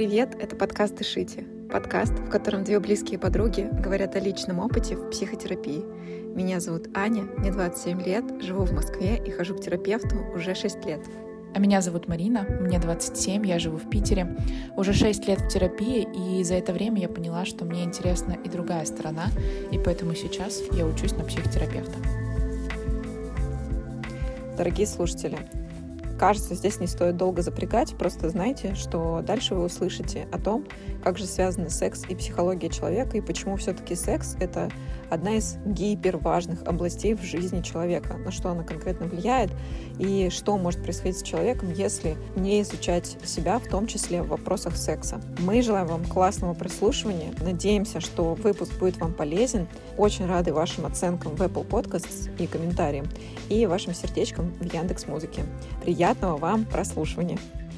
привет! Это подкаст «Дышите». Подкаст, в котором две близкие подруги говорят о личном опыте в психотерапии. Меня зовут Аня, мне 27 лет, живу в Москве и хожу к терапевту уже 6 лет. А меня зовут Марина, мне 27, я живу в Питере. Уже 6 лет в терапии, и за это время я поняла, что мне интересна и другая сторона, и поэтому сейчас я учусь на психотерапевта. Дорогие слушатели, кажется, здесь не стоит долго запрягать, просто знайте, что дальше вы услышите о том, как же связаны секс и психология человека, и почему все-таки секс — это одна из гиперважных областей в жизни человека, на что она конкретно влияет, и что может происходить с человеком, если не изучать себя, в том числе в вопросах секса. Мы желаем вам классного прослушивания, надеемся, что выпуск будет вам полезен, очень рады вашим оценкам в Apple Podcasts и комментариям, и вашим сердечкам в Яндекс.Музыке. Приятного вам прослушивания!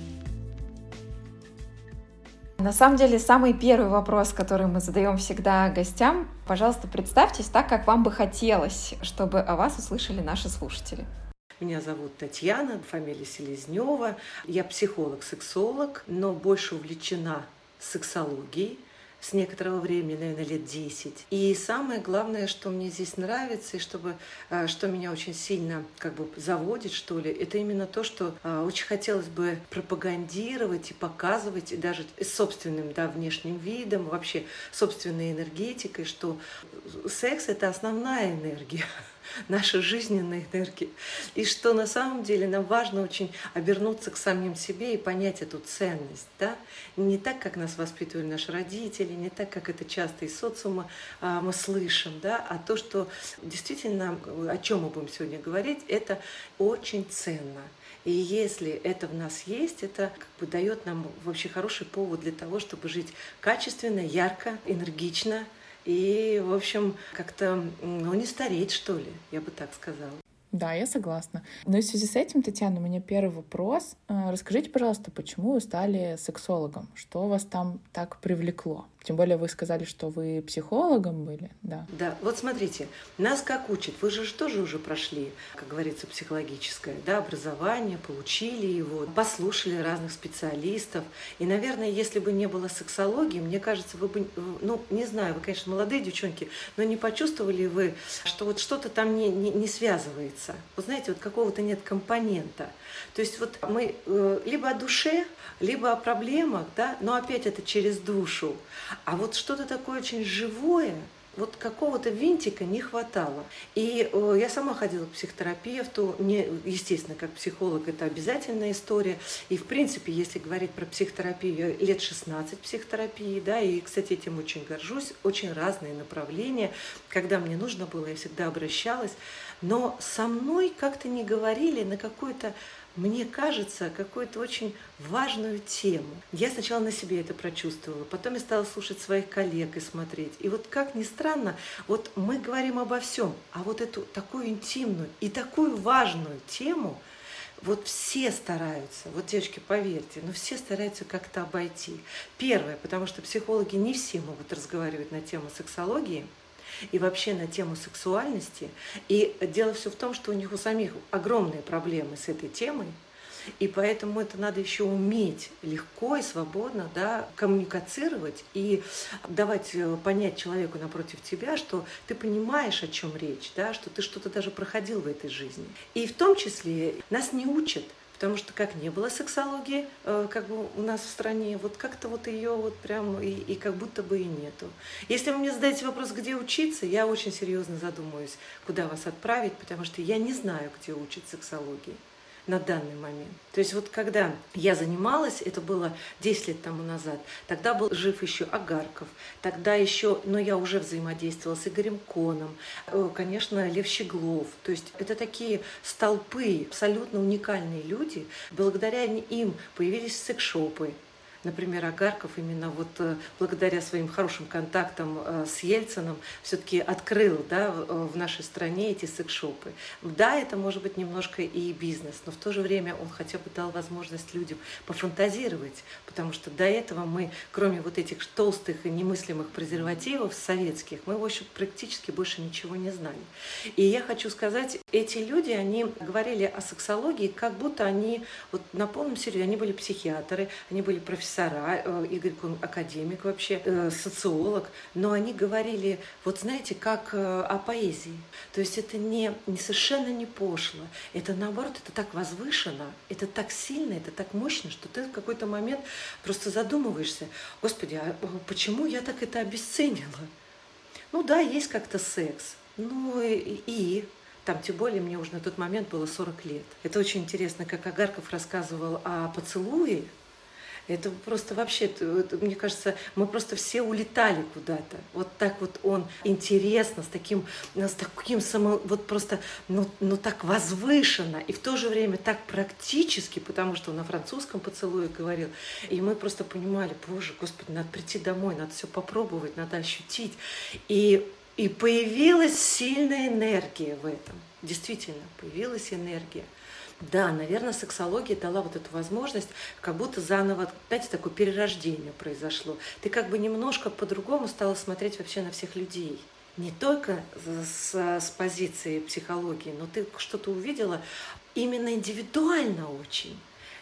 На самом деле, самый первый вопрос, который мы задаем всегда гостям, пожалуйста, представьтесь так, как вам бы хотелось, чтобы о вас услышали наши слушатели. Меня зовут Татьяна, фамилия Селезнева. Я психолог-сексолог, но больше увлечена сексологией с некоторого времени, наверное, лет 10. И самое главное, что мне здесь нравится, и что меня очень сильно заводит, что ли, это именно то, что очень хотелось бы пропагандировать и показывать, и даже собственным внешним видом, вообще собственной энергетикой, что секс — это основная энергия, наша жизненная энергия. И что на самом деле нам важно очень обернуться к самим себе и понять эту ценность. Да? Не так, как нас воспитывали наши родители, не так, как это часто из социума мы слышим, да? А то, что действительно, о чем мы будем сегодня говорить, это очень ценно. И если это в нас есть, это дает нам вообще хороший повод для того, чтобы жить качественно, ярко, энергично, и, в общем, как-то, не стареть, что ли, я бы так сказала. Да, я согласна. Но в связи с этим, Татьяна, у меня первый вопрос. Расскажите, пожалуйста, почему вы стали сексологом? Что вас там так привлекло? Тем более вы сказали, что вы психологом были, да? Да, вот смотрите, нас как учат, вы же тоже уже прошли, как говорится, психологическое, да, образование, получили его, послушали разных специалистов. И, наверное, если бы не было сексологии, мне кажется, вы бы, не знаю, вы, конечно, молодые девчонки, но не почувствовали вы, что вот что-то там не связывается. Вы знаете, вот какого-то нет компонента. То есть вот мы либо о душе, либо о проблемах, да, но опять это через душу. А вот что-то такое очень живое, вот какого-то винтика не хватало. И я сама ходила к психотерапевту, мне, естественно, как психолог, это обязательная история. И, в принципе, если говорить про психотерапию, лет 16 психотерапии, да, и, кстати, этим очень горжусь, очень разные направления. Когда мне нужно было, я всегда обращалась. Но со мной как-то не говорили на какой-то, мне кажется, какую-то очень важную тему. Я сначала на себе это прочувствовала, потом я стала слушать своих коллег и смотреть. И вот как ни странно, вот мы говорим обо всем, а вот эту такую интимную и такую важную тему вот все стараются, вот, девочки, поверьте, но все стараются как-то обойти. Первое, потому что психологи не все могут разговаривать на тему сексологии, и вообще на тему сексуальности. И дело все в том, что у них у самих огромные проблемы с этой темой, и поэтому это надо еще уметь легко и свободно, да, коммуницировать и давать понять человеку напротив тебя, что ты понимаешь, о чем речь, да, что ты что-то даже проходил в этой жизни. И в том числе нас не учат. Потому что как не было сексологии у нас в стране, вот как-то вот ее вот прям и как будто бы и нету. Если вы мне задаете вопрос, где учиться, я очень серьезно задумаюсь, куда вас отправить, потому что я не знаю, где учат сексологии на данный момент. То есть вот когда я занималась, это было 10 лет тому назад, тогда был жив еще Агарков, тогда еще, но я уже взаимодействовала с Игорем Коном, конечно, Лев Щеглов. То есть это такие столпы, абсолютно уникальные люди. Благодаря им появились секс-шопы. Например, Агарков именно вот благодаря своим хорошим контактам с Ельциным все-таки открыл, да, в нашей стране эти секс-шопы. Да, это может быть немножко и бизнес, но в то же время он хотя бы дал возможность людям пофантазировать, потому что до этого мы, кроме вот этих толстых и немыслимых презервативов советских, мы, в общем, практически больше ничего не знали. И я хочу сказать, эти люди, они говорили о сексологии, как будто они вот на полном серьезе, они были психиатры, они были профессионалы, профессора, Игорь, он академик вообще, социолог, но они говорили, вот знаете, как о поэзии. То есть это совершенно не пошло, это наоборот, это так возвышенно, это так сильно, это так мощно, что ты в какой-то момент просто задумываешься, господи, а почему я так это обесценила? Ну да, есть как-то секс, ну и там, тем более, мне уже на тот момент было 40 лет. Это очень интересно, как Агарков рассказывал о поцелуе. Это просто вообще, мне кажется, мы просто все улетали куда-то. Вот так вот он интересно, с таким вот просто, так возвышенно, и в то же время так практически, потому что он на французском поцелуе говорил. И мы просто понимали, боже, господи, надо прийти домой, надо все попробовать, надо ощутить. И появилась сильная энергия в этом. Действительно, появилась энергия. Да, наверное, сексология дала вот эту возможность, как будто заново, знаете, такое перерождение произошло. Ты как бы немножко по-другому стала смотреть вообще на всех людей. Не только с позиции психологии, но ты что-то увидела именно индивидуально очень.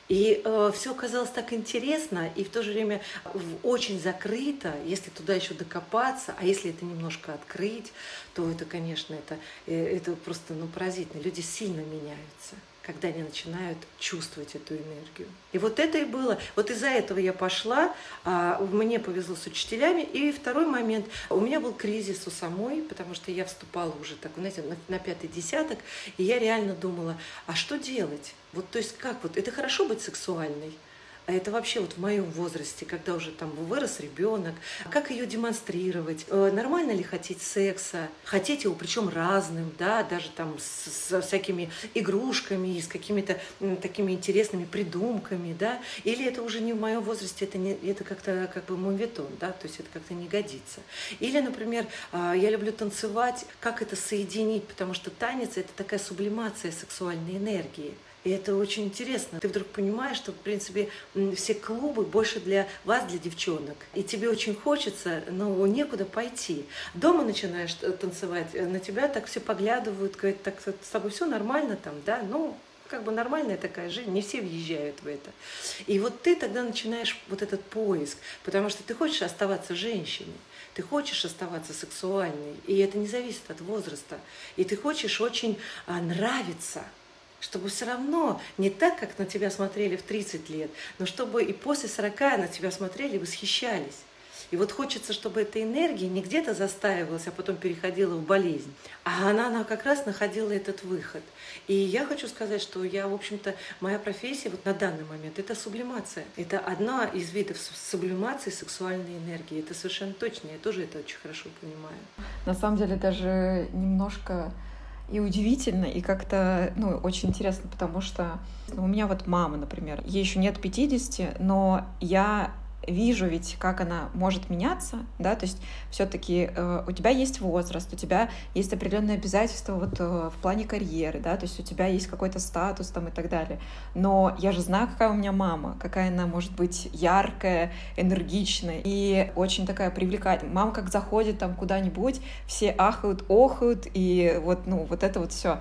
И все казалось так интересно, и в то же время очень закрыто, если туда еще докопаться, а если это немножко открыть, то это, конечно, это просто поразительно. Люди сильно меняются, когда они начинают чувствовать эту энергию. И вот это и было. Вот из-за этого я пошла, мне повезло с учителями. И второй момент, у меня был кризис у самой, потому что я вступала уже так, знаете, на 5-й десяток, и я реально думала, а что делать? Вот, то есть как вот, это хорошо быть сексуальной, а это вообще вот в моем возрасте, когда уже там вырос ребенок, как ее демонстрировать, нормально ли хотеть секса, хотеть его причем разным, да, даже там со всякими игрушками, с какими-то такими интересными придумками, да, или это уже не в моем возрасте, это как-то как бы моветон, да, то есть это как-то не годится. Или, например, я люблю танцевать, как это соединить, потому что танец — это такая сублимация сексуальной энергии. И это очень интересно. Ты вдруг понимаешь, что, в принципе, все клубы больше для вас, для девчонок. И тебе очень хочется, но некуда пойти. Дома начинаешь танцевать, на тебя так все поглядывают, говорят, так с тобой все нормально там, да? Ну, как бы нормальная такая жизнь, не все въезжают в это. И вот ты тогда начинаешь вот этот поиск, потому что ты хочешь оставаться женщиной. Ты хочешь оставаться сексуальной, и это не зависит от возраста. И ты хочешь очень нравиться, чтобы все равно не так, как на тебя смотрели в 30 лет, но чтобы и после 40 на тебя смотрели и восхищались. И вот хочется, чтобы эта энергия не где-то застаивалась, а потом переходила в болезнь, а она как раз находила этот выход. И я хочу сказать, что в общем-то, моя профессия вот на данный момент — это сублимация. Это одна из видов сублимации сексуальной энергии. Это совершенно точно, я тоже это очень хорошо понимаю. На самом деле даже немножко и удивительно, и как-то, очень интересно, потому что у меня вот мама, например, ей еще нет 50, но я вижу ведь, как она может меняться, да, то есть все-таки у тебя есть возраст, у тебя есть определенные обязательства вот в плане карьеры, да, то есть у тебя есть какой-то статус там и так далее, но я же знаю, какая у меня мама, какая она может быть яркая, энергичная и очень такая привлекательная. Мама как заходит там куда-нибудь, все ахают, охают, и вот это вот все.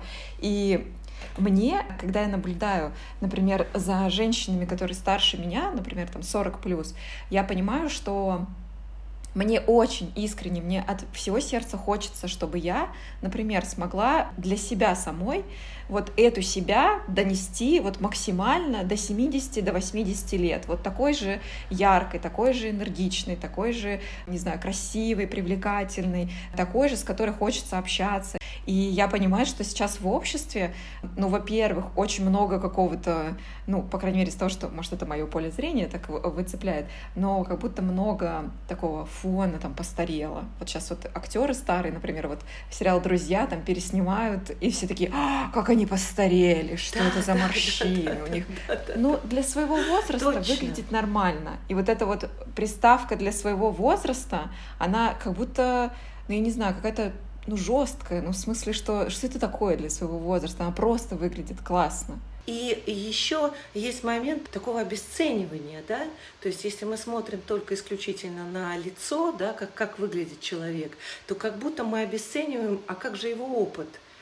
И мне, когда я наблюдаю, например, за женщинами, которые старше меня, например, там 40+, я понимаю, что мне очень искренне, мне от всего сердца хочется, чтобы я, например, смогла для себя самой вот эту себя донести вот максимально до 70, до 80 лет. Вот такой же яркой, такой же энергичной, такой же, не знаю, красивой, привлекательной, такой же, с которой хочется общаться. И я понимаю, что сейчас в обществе, во-первых, очень много какого-то, по крайней мере, из того, что, может, это мое поле зрения так выцепляет, но как будто много такого фона там постарело. Вот сейчас вот актеры старые, например, вот сериал «Друзья» там переснимают, и все такие, как они постарели, что это за морщины у них. Для своего возраста выглядит нормально. И вот эта вот приставка для своего возраста, она как будто, я не знаю, какая-то жесткая, в смысле, что это такое для своего возраста, она просто выглядит классно. И еще есть момент такого обесценивания, да, то есть если мы смотрим только исключительно на лицо, да, как выглядит человек, то как будто мы обесцениваем, а как же его опыт?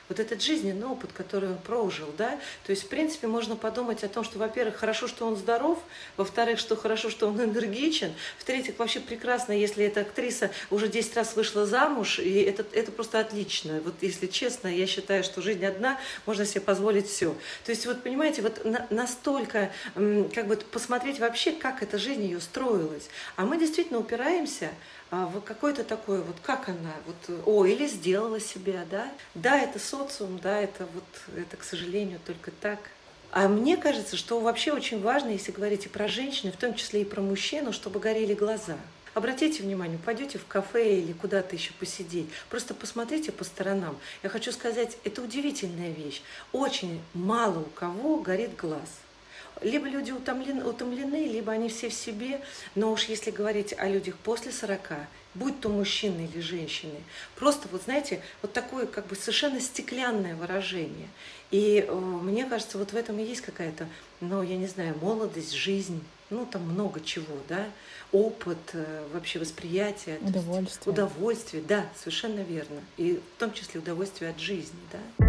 вот этот жизненный опыт, который он прожил, да. То есть, в принципе, можно подумать о том, что, во-первых, хорошо, что он здоров, во-вторых, что хорошо, что он энергичен, в-третьих, вообще прекрасно, если эта актриса уже 10 раз вышла замуж, и это просто отлично. Вот если честно, я считаю, что жизнь одна, можно себе позволить все. То есть, вот понимаете, вот настолько как бы посмотреть вообще, как эта жизнь ее строилась. А мы действительно упираемся в какой-то такой, вот как она, вот, или сделала себя, да. Да, это социум, да, это, к сожалению, только так. А мне кажется, что вообще очень важно, если говорить и про женщину, в том числе и про мужчину, чтобы горели глаза. Обратите внимание, пойдете в кафе или куда-то еще посидеть, просто посмотрите по сторонам. Я хочу сказать, это удивительная вещь. Очень мало у кого горит глаз. Либо люди утомлены, либо они все в себе. Но уж если говорить о людях после 40, будь то мужчины или женщины, просто, вот знаете, вот такое как бы совершенно стеклянное выражение. И мне кажется, вот в этом и есть какая-то, я не знаю, молодость, жизнь, там много чего, да, опыт, вообще восприятие. Удовольствие. Удовольствие, да, совершенно верно. И в том числе удовольствие от жизни, да.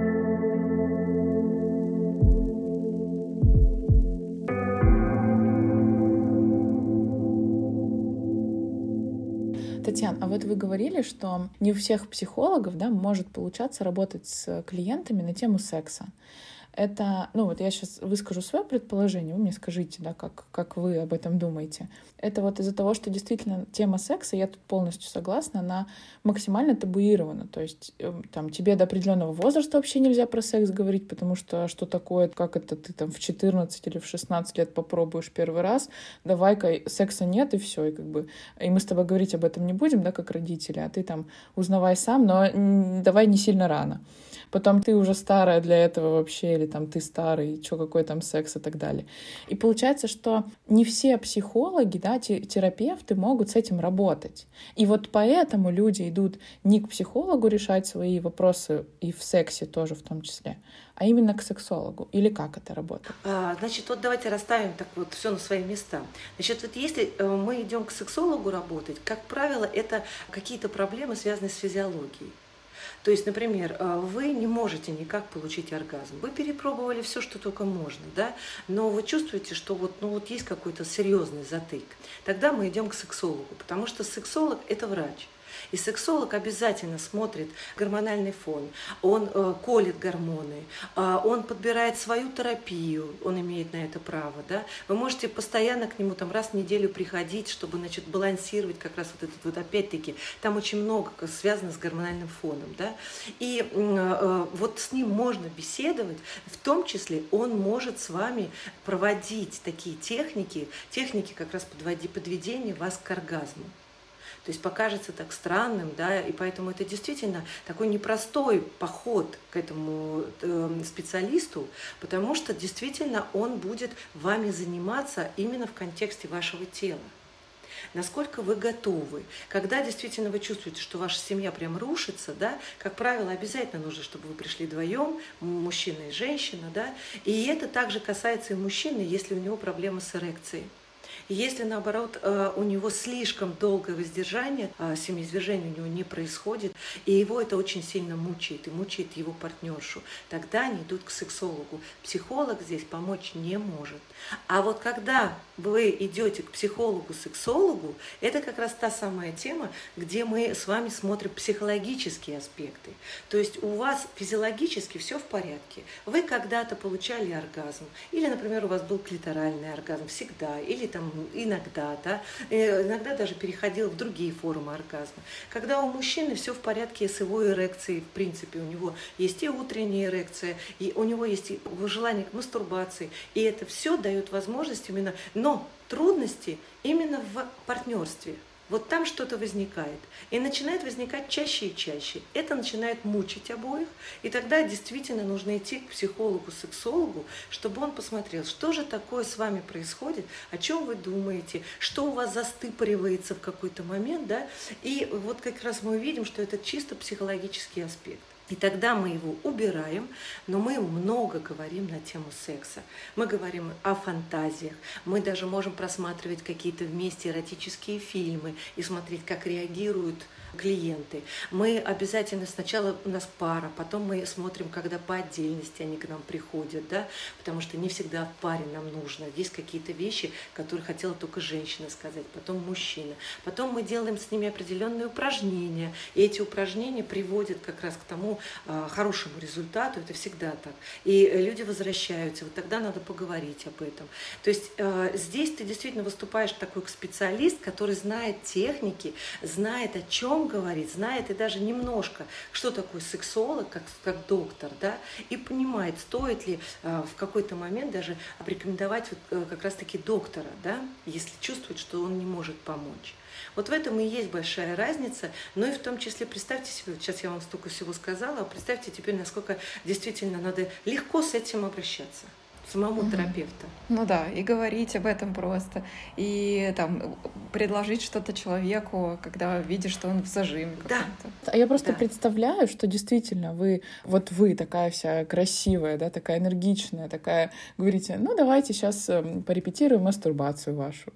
Татьяна, а вот вы говорили, что не у всех психологов, да, может получаться работать с клиентами на тему секса. Это, вот я сейчас выскажу свое предположение, вы мне скажите, да, как вы об этом думаете. Это вот из-за того, что действительно тема секса, я тут полностью согласна, она максимально табуирована. То есть там тебе до определенного возраста вообще нельзя про секс говорить, потому что такое, как это ты там в 14 или в 16 лет попробуешь первый раз, давай-ка секса нет и все, и мы с тобой говорить об этом не будем, да, как родители, а ты там узнавай сам, но давай не сильно рано. Потом ты уже старая для этого вообще, или там ты старый, какой там секс и так далее. И получается, что не все психологи, да, терапевты могут с этим работать. И вот поэтому люди идут не к психологу решать свои вопросы, и в сексе тоже в том числе, а именно к сексологу. Или как это работает? Значит, вот давайте расставим так вот все на свои места. Значит, вот если мы идем к сексологу работать, как правило, это какие-то проблемы, связанные с физиологией. То есть, например, вы не можете никак получить оргазм. Вы перепробовали все, что только можно, да, но вы чувствуете, что есть какой-то серьезный затык. Тогда мы идем к сексологу, потому что сексолог – это врач. И сексолог обязательно смотрит гормональный фон, он колет гормоны, он подбирает свою терапию, он имеет на это право. Да? Вы можете постоянно к нему раз в неделю приходить, чтобы балансировать как раз опять-таки, там очень много связано с гормональным фоном. Да? И вот с ним можно беседовать, в том числе он может с вами проводить такие техники как раз подведения вас к оргазму. То есть покажется так странным, да, и поэтому это действительно такой непростой поход к этому специалисту, потому что действительно он будет вами заниматься именно в контексте вашего тела. Насколько вы готовы. Когда действительно вы чувствуете, что ваша семья прям рушится, да, как правило, обязательно нужно, чтобы вы пришли вдвоем, мужчина и женщина, да, и это также касается и мужчины, если у него проблемы с эрекцией. Если, наоборот, у него слишком долгое воздержание, семяизвержение у него не происходит, и его это очень сильно мучает, и мучает его партнершу, тогда они идут к сексологу. Психолог здесь помочь не может. А вот когда вы идете к психологу-сексологу, это как раз та самая тема, где мы с вами смотрим психологические аспекты. То есть у вас физиологически все в порядке. Вы когда-то получали оргазм, или, например, у вас был клиторальный оргазм всегда, или там иногда, да, иногда даже переходил в другие формы оргазма. Когда у мужчины все в порядке с его эрекцией, в принципе, у него есть и утренняя эрекция, и у него есть и желание к мастурбации, и это все дает возможность именно, но трудности именно в партнерстве. Вот там что-то возникает. И начинает возникать чаще и чаще. Это начинает мучить обоих. И тогда действительно нужно идти к психологу-сексологу, чтобы он посмотрел, что же такое с вами происходит, о чем вы думаете, что у вас застопоривается в какой-то момент. Да? И вот как раз мы увидим, что это чисто психологический аспект. И тогда мы его убираем, но мы много говорим на тему секса. Мы говорим о фантазиях. Мы даже можем просматривать какие-то вместе эротические фильмы и смотреть, как реагируют клиенты. Мы обязательно сначала у нас пара, потом мы смотрим, когда по отдельности они к нам приходят, да, потому что не всегда в паре нам нужно. Есть какие-то вещи, которые хотела только женщина сказать, потом мужчина. Потом мы делаем с ними определенные упражнения, и эти упражнения приводят как раз к тому хорошему результату, это всегда так. И люди возвращаются, вот тогда надо поговорить об этом. То есть здесь ты действительно выступаешь такой специалист, который знает техники, знает, о чем говорит, знает и даже немножко, что такое сексолог, как доктор, да, и понимает, стоит ли в какой-то момент даже порекомендовать как раз-таки доктора, да, если чувствует, что он не может помочь. Вот в этом и есть большая разница, но и в том числе, представьте себе, вот сейчас я вам столько всего сказала, а представьте теперь, насколько действительно надо легко с этим обращаться. Самому терапевту. Ну да, и говорить об этом просто, и там предложить что-то человеку, когда видишь, что он в зажиме каком-то. А я просто представляю, что действительно вы такая вся красивая, да, такая энергичная, такая, говорите, ну давайте сейчас порепетируем мастурбацию вашу.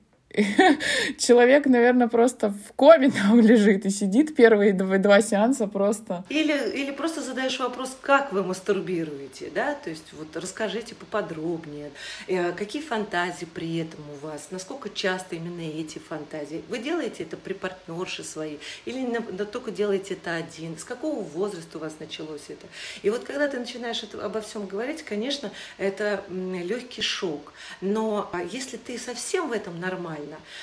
Человек, наверное, просто в коме там лежит и сидит первые 2 сеанса просто. Или просто задаешь вопрос, как вы мастурбируете, да, то есть вот расскажите поподробнее, какие фантазии при этом у вас, насколько часто именно эти фантазии. Вы делаете это при партнерше своей или только делаете это один, с какого возраста у вас началось это. И вот когда ты начинаешь обо всем говорить, конечно, это легкий шок, но если ты совсем в этом нормально,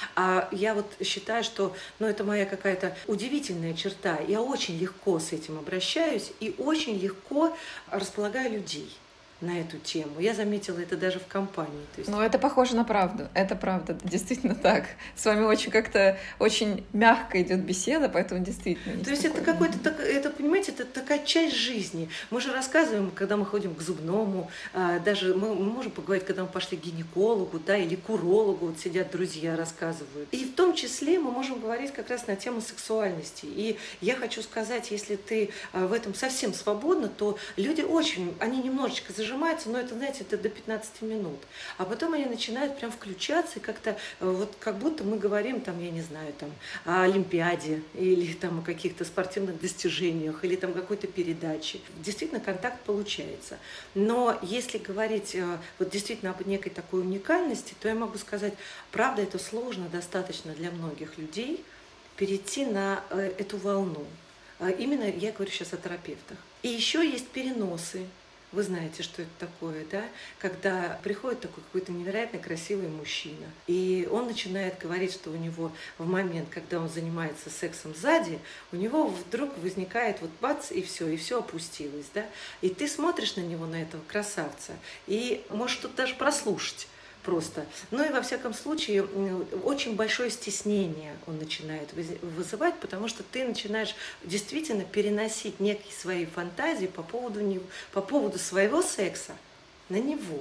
а я вот считаю, что это моя какая-то удивительная черта. Я очень легко с этим обращаюсь и очень легко располагаю людей на эту тему. Я заметила это даже в компании. То есть... Но это похоже на правду. Это правда, действительно так. С вами очень мягко идет беседа, поэтому действительно. То есть это какой-то, это, понимаете, это такая часть жизни. Мы же рассказываем, когда мы ходим к зубному, даже мы можем поговорить, когда мы пошли к гинекологу, да, или к урологу, вот сидят друзья, рассказывают. И в том числе мы можем говорить как раз на тему сексуальности. И я хочу сказать, если ты в этом совсем свободна, то люди они немножечко зажимаются, но это, знаете, это до 15 минут. А потом они начинают прям включаться, и как-то вот как будто мы говорим, там, я не знаю, там, о Олимпиаде, или там о каких-то спортивных достижениях, или там какой-то передаче. Действительно, контакт получается. Но если говорить вот действительно об некой такой уникальности, то я могу сказать, правда, это сложно достаточно для многих людей перейти на эту волну. Именно я говорю сейчас о терапевтах. И еще есть переносы. Вы знаете, что это такое, да? Когда приходит такой какой-то невероятно красивый мужчина, и он начинает говорить, что у него в момент, когда он занимается сексом сзади, у него вдруг возникает вот бац, и все опустилось, да? И ты смотришь на него, на этого красавца, и можешь тут даже прослушать. Просто. Ну и во всяком случае очень большое стеснение он начинает вызывать, потому что ты начинаешь действительно переносить некие свои фантазии по поводу своего секса на него.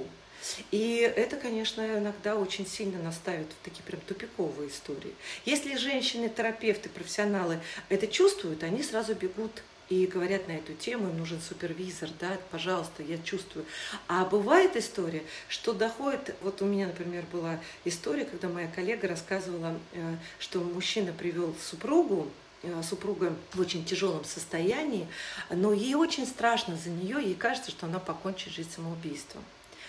И это, конечно, иногда очень сильно нас ставит в такие прям тупиковые истории. Если женщины, терапевты, профессионалы это чувствуют, они сразу бегут и говорят на эту тему, им нужен супервизор, да, пожалуйста, я чувствую. А бывает история, что доходит, вот у меня, например, была история, когда моя коллега рассказывала, что мужчина привел супруга в очень тяжелом состоянии, но ей очень страшно за нее, ей кажется, что она покончит жизнь самоубийством.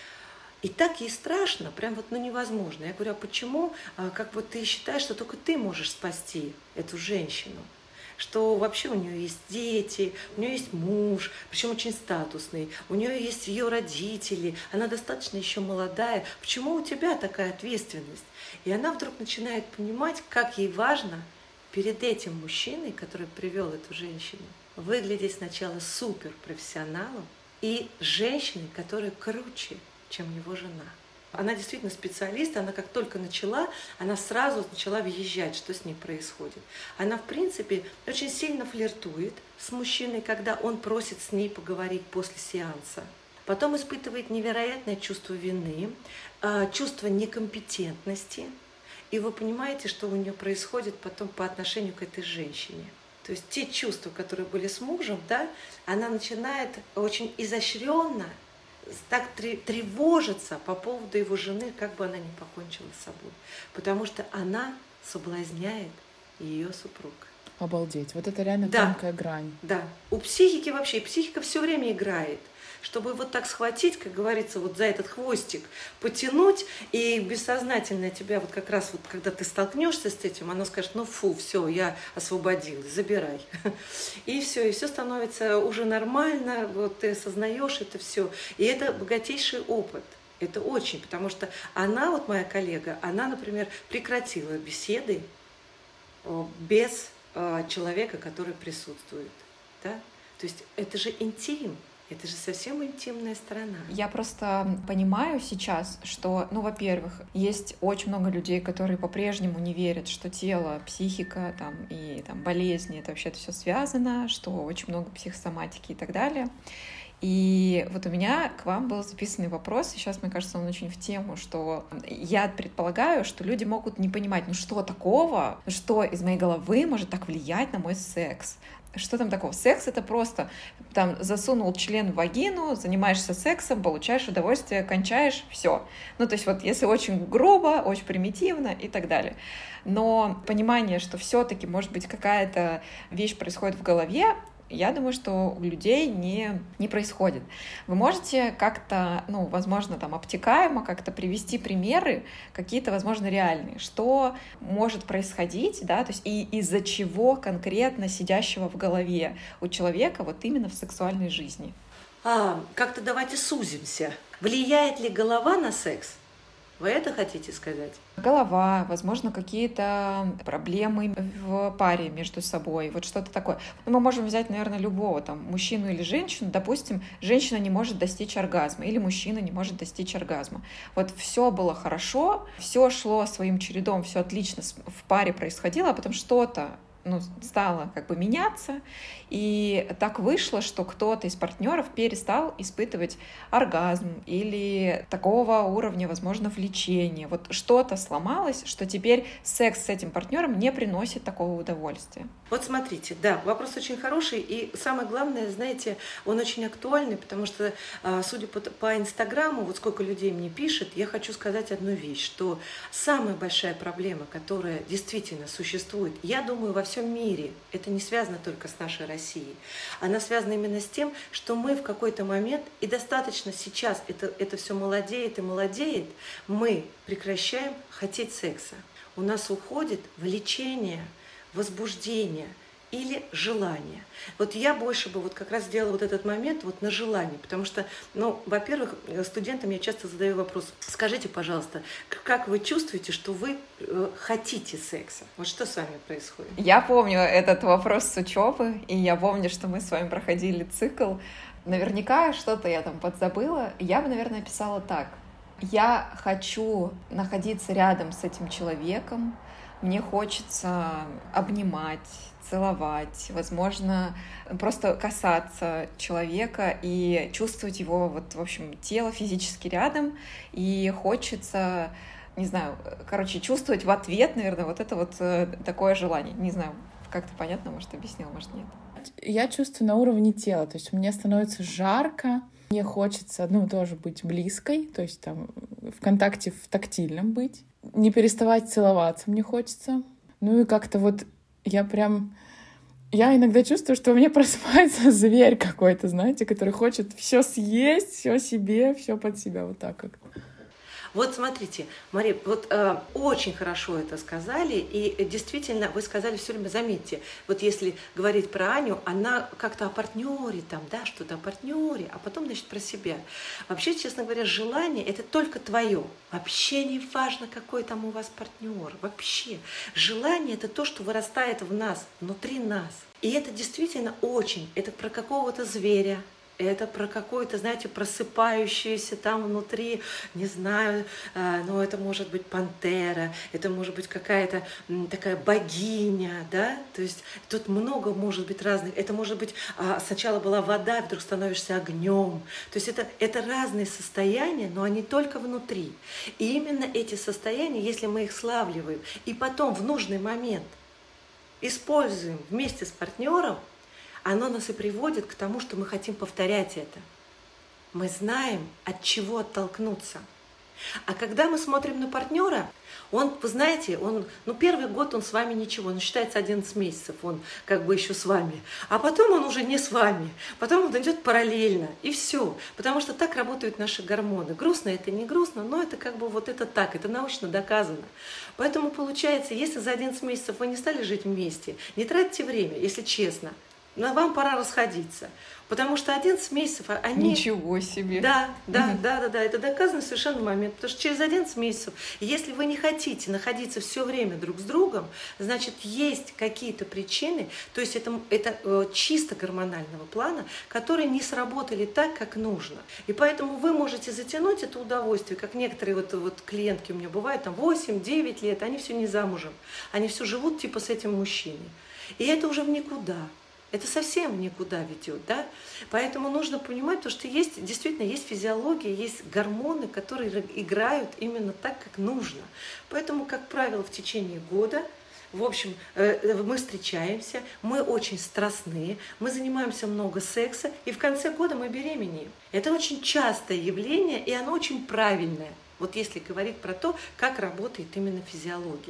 И так ей страшно, прям вот невозможно. Я говорю, а почему, как вот ты считаешь, что только ты можешь спасти эту женщину? Что вообще у нее есть дети, у нее есть муж, причем очень статусный, у нее есть ее родители, она достаточно еще молодая. Почему у тебя такая ответственность? И она вдруг начинает понимать, как ей важно перед этим мужчиной, который привел эту женщину, выглядеть сначала суперпрофессионалом и женщиной, которая круче, чем его жена. Она действительно специалист, она как только начала, она сразу начала въезжать, что с ней происходит. Она, в принципе, очень сильно флиртует с мужчиной, когда он просит с ней поговорить после сеанса. Потом испытывает невероятное чувство вины, чувство некомпетентности. И вы понимаете, что у нее происходит потом по отношению к этой женщине. То есть те чувства, которые были с мужем, да, она начинает очень изощренно так тревожиться по поводу его жены, как бы она ни покончила с собой. Потому что она соблазняет ее супруга. Обалдеть. Вот это реально Да. тонкая грань. Да. У психики вообще, психика все время играет. Чтобы вот так схватить, как говорится, вот за этот хвостик, потянуть, и бессознательно тебя вот как раз вот, когда ты столкнешься с этим, оно скажет, ну фу, все, я освободилась, забирай. И все становится уже нормально, вот ты осознаешь это все. И это богатейший опыт. Это очень, потому что она, вот моя коллега, она, например, прекратила беседы без человека, который присутствует. Да? То есть это же интим. Это же совсем интимная сторона. Я просто понимаю сейчас, что, ну, во-первых, есть очень много людей, которые по-прежнему не верят, что тело, психика там, и там, болезни — это вообще-то все связано, что очень много психосоматики и так далее. И вот у меня к вам был записанный вопрос, и сейчас, мне кажется, он очень в тему, что я предполагаю, что люди могут не понимать, ну что такого, что из моей головы может так влиять на мой секс. Что там такого? Секс — это просто там засунул член в вагину, занимаешься сексом, получаешь удовольствие, кончаешь, все. Ну, то есть вот если очень грубо, очень примитивно и так далее. Но понимание, что все-таки, может быть, какая-то вещь происходит в голове, я думаю, что у людей не происходит. Вы можете как-то, ну, возможно, там обтекаемо как-то привести примеры, какие-то, возможно, реальные, что может происходить, да, то есть и из-за чего конкретно сидящего в голове у человека вот именно в сексуальной жизни. Как-то давайте сузимся. Влияет ли голова на секс? Вы это хотите сказать? Голова, возможно, какие-то проблемы в паре между собой, вот что-то такое. Ну, мы можем взять, наверное, любого, там, мужчину или женщину. Допустим, женщина не может достичь оргазма, или мужчина не может достичь оргазма. Вот все было хорошо, все шло своим чередом, все отлично в паре происходило, а потом что-то стало как бы меняться, и так вышло, что кто-то из партнеров перестал испытывать оргазм или такого уровня, возможно, влечения. Вот что-то сломалось, что теперь секс с этим партнером не приносит такого удовольствия. Вот смотрите, да, вопрос очень хороший, и самое главное, знаете, он очень актуальный, потому что, судя по Инстаграму, вот сколько людей мне пишет, я хочу сказать одну вещь, что самая большая проблема, которая действительно существует, я думаю, во всем мире, это не связано только с нашей Россией, она связана именно с тем, что мы в какой-то момент, и достаточно сейчас это все молодеет и молодеет, мы прекращаем хотеть секса. У нас уходит влечение, возбуждение или желание. Вот я больше бы вот как раз сделала вот этот момент вот на желание, потому что, ну, во-первых, студентам я часто задаю вопрос: скажите, пожалуйста, как вы чувствуете, что вы хотите секса? Вот что с вами происходит? Я помню этот вопрос с учебы, и я помню, что мы с вами проходили цикл. Наверняка что-то я там подзабыла. Я бы, наверное, писала так: я хочу находиться рядом с этим человеком, мне хочется обнимать, целовать, возможно, просто касаться человека и чувствовать его, вот, в общем, тело физически рядом, и хочется, не знаю, короче, чувствовать в ответ, наверное, вот это вот такое желание. Не знаю, как-то понятно, может, объяснила, может, нет. Я чувствую на уровне тела, то есть мне становится жарко, мне хочется, тоже быть близкой, то есть там в контакте, в тактильном быть, не переставать целоваться мне хочется. Ну и как-то вот я иногда чувствую, что у меня просыпается зверь какой-то, знаете, который хочет все съесть, все себе, все под себя, вот так как. Вот смотрите, Мария, вот очень хорошо это сказали, и действительно, вы сказали все время, заметьте, вот если говорить про Аню, она как-то о партнере там, да, что-то о партнере, а потом, значит, про себя. Вообще, честно говоря, желание — это только твое. Вообще не важно, какой там у вас партнер. Вообще. Желание — это то, что вырастает в нас, внутри нас. И это действительно очень, это про какого-то зверя. Это про какую-то, знаете, просыпающуюся там внутри, не знаю, но это может быть пантера, это может быть какая-то такая богиня, да, то есть тут много может быть разных, это может быть сначала была вода, вдруг становишься огнем, то есть это разные состояния, но они только внутри. И именно эти состояния, если мы их славливаем, и потом в нужный момент используем вместе с партнером, оно нас и приводит к тому, что мы хотим повторять это. Мы знаем, от чего оттолкнуться. А когда мы смотрим на партнера, он, вы знаете, первый год он с вами ничего, он считается 11 месяцев, он как бы еще с вами. А потом он уже не с вами, потом он идет параллельно, и все. Потому что так работают наши гормоны. Грустно это не грустно, но это как бы вот это так, это научно доказано. Поэтому получается, если за 11 месяцев вы не стали жить вместе, не тратьте время, если честно, но вам пора расходиться. Потому что 11 месяцев они... Ничего себе! Да, это доказанный совершенно момент. Потому что через 11 месяцев, если вы не хотите находиться все время друг с другом, значит, есть какие-то причины, то есть это чисто гормонального плана, которые не сработали так, как нужно. И поэтому вы можете затянуть это удовольствие, как некоторые вот клиентки у меня бывают, там 8-9 лет, они все не замужем, они все живут типа с этим мужчиной. И это уже в никуда. Это совсем никуда ведет, да? Поэтому нужно понимать, то, что действительно есть физиология, есть гормоны, которые играют именно так, как нужно. Поэтому, как правило, в течение года, в общем, мы встречаемся, мы очень страстные, мы занимаемся много секса, и в конце года мы беременеем. Это очень частое явление, и оно очень правильное. Вот если говорить про то, как работает именно физиология.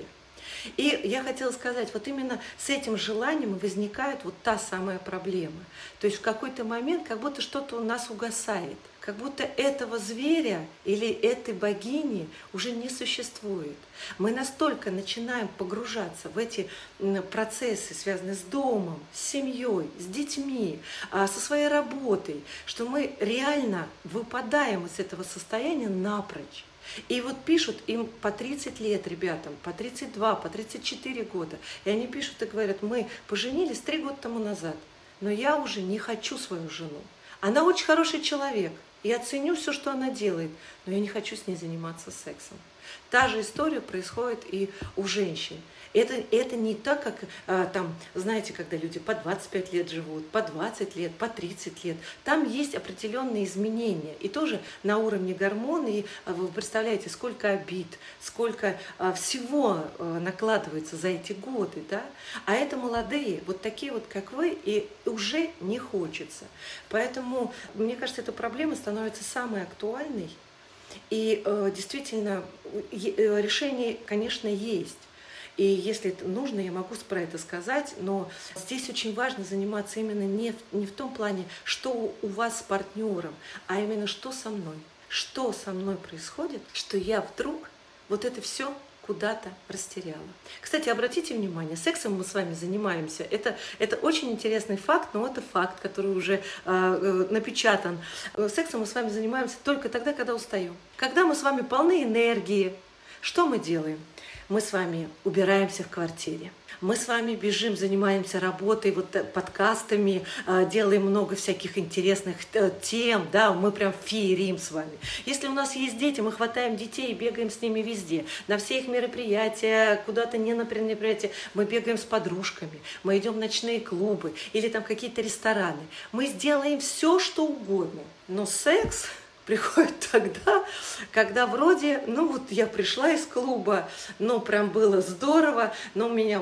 И я хотела сказать, вот именно с этим желанием возникает вот та самая проблема. То есть в какой-то момент как будто что-то у нас угасает, как будто этого зверя или этой богини уже не существует. Мы настолько начинаем погружаться в эти процессы, связанные с домом, с семьей, с детьми, со своей работой, что мы реально выпадаем из этого состояния напрочь. И вот пишут им по 30 лет ребятам, по 32, по 34 года. И они пишут и говорят, мы поженились 3 года тому назад, но я уже не хочу свою жену. Она очень хороший человек, я ценю все, что она делает, но я не хочу с ней заниматься сексом. Та же история происходит и у женщин. Это не так, как там, знаете, когда люди по 25 лет живут, по 20 лет, по 30 лет. Там есть определенные изменения. И тоже на уровне гормонов. И вы представляете, сколько обид, сколько всего накладывается за эти годы. Да? А это молодые, вот такие вот, как вы, и уже не хочется. Поэтому, мне кажется, эта проблема становится самой актуальной. И действительно, решение, конечно, есть. И если это нужно, я могу про это сказать, но здесь очень важно заниматься именно не в том плане, что у вас с партнером, а именно что со мной. Что со мной происходит, что я вдруг вот это все куда-то растеряла. Кстати, обратите внимание, сексом мы с вами занимаемся. Это очень интересный факт, но это факт, который уже напечатан. Сексом мы с вами занимаемся только тогда, когда устаем. Когда мы с вами полны энергии, что мы делаем? Мы с вами убираемся в квартире. Мы с вами бежим, занимаемся работой, вот подкастами, делаем много всяких интересных тем, да, мы прям феерим с вами. Если у нас есть дети, мы хватаем детей и бегаем с ними везде. На все их мероприятия, куда-то не на мероприятия, мы бегаем с подружками, мы идем в ночные клубы или там какие-то рестораны. Мы сделаем все, что угодно, но секс приходит тогда, когда вроде, вот я пришла из клуба, прям было здорово, но у меня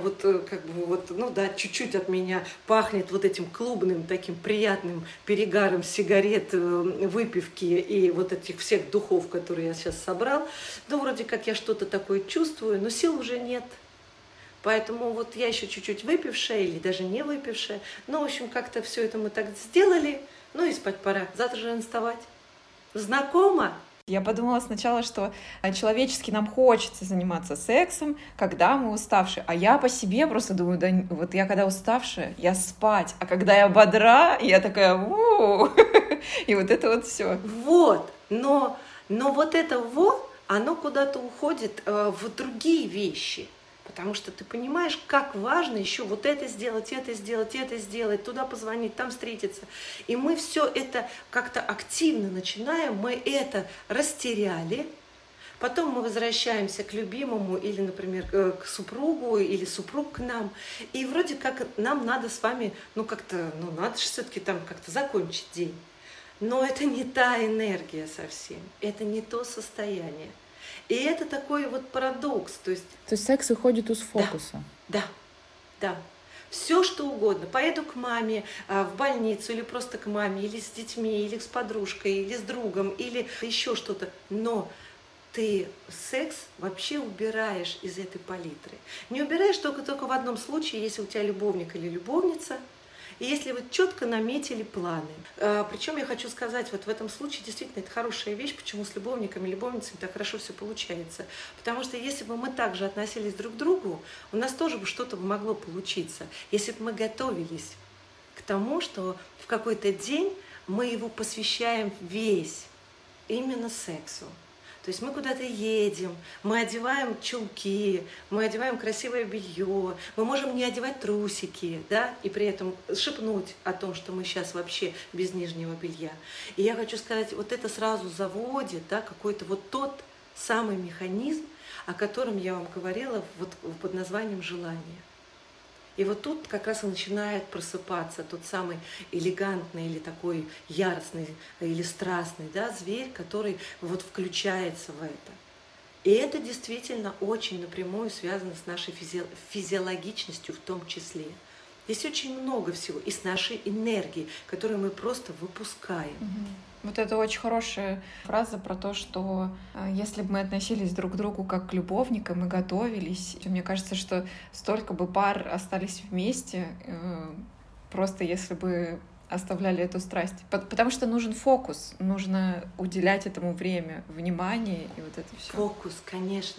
чуть-чуть от меня пахнет вот этим клубным таким приятным перегаром сигарет, выпивки и вот этих всех духов, которые я сейчас собрал. Вроде как я что-то такое чувствую, но сил уже нет. Поэтому вот я еще чуть-чуть выпившая или даже не выпившая. В общем, как-то все это мы так сделали, и спать пора. Завтра же вставать. Знакомо? Я подумала сначала, что человечески нам хочется заниматься сексом, когда мы уставшие. А я по себе просто думаю, да, вот я когда уставшая, я спать. А когда я бодра, я такая, у-у-у. И вот это вот все. Вот, но вот это вот, оно куда-то уходит в другие вещи. Потому что ты понимаешь, как важно еще вот это сделать, туда позвонить, там встретиться. И мы все это как-то активно начинаем, мы это растеряли. Потом мы возвращаемся к любимому или, например, к супругу или супруг к нам. И вроде как нам надо с вами, надо же все-таки там как-то закончить день. Но это не та энергия совсем, это не то состояние. И это такой вот парадокс. То есть секс уходит из фокуса. Да. Все что угодно. Поеду к маме в больницу, или просто к маме, или с детьми, или с подружкой, или с другом, или еще что-то. Но ты секс вообще убираешь из этой палитры. Не убираешь только в одном случае, если у тебя любовник или любовница, и если вы четко наметили планы. Причем я хочу сказать, вот в этом случае действительно это хорошая вещь, почему с любовниками и любовницами так хорошо все получается. Потому что если бы мы также относились друг к другу, у нас тоже бы что-то могло получиться. Если бы мы готовились к тому, что в какой-то день мы его посвящаем весь именно сексу. То есть мы куда-то едем, мы одеваем чулки, мы одеваем красивое белье, мы можем не одевать трусики, да, и при этом шепнуть о том, что мы сейчас вообще без нижнего белья. И я хочу сказать, вот это сразу заводит, да, какой-то вот тот самый механизм, о котором я вам говорила вот под названием желание. И вот тут как раз и начинает просыпаться тот самый элегантный или такой яростный или страстный, да, зверь, который вот включается в это. И это действительно очень напрямую связано с нашей физиологичностью в том числе. Здесь очень много всего, и с нашей энергией, которую мы просто выпускаем. Вот это очень хорошая фраза про то, что если бы мы относились друг к другу как к любовникам и готовились, то мне кажется, что столько бы пар остались вместе, просто если бы оставляли эту страсть. Потому что нужен фокус, нужно уделять этому время, внимание и вот это все. Фокус, конечно.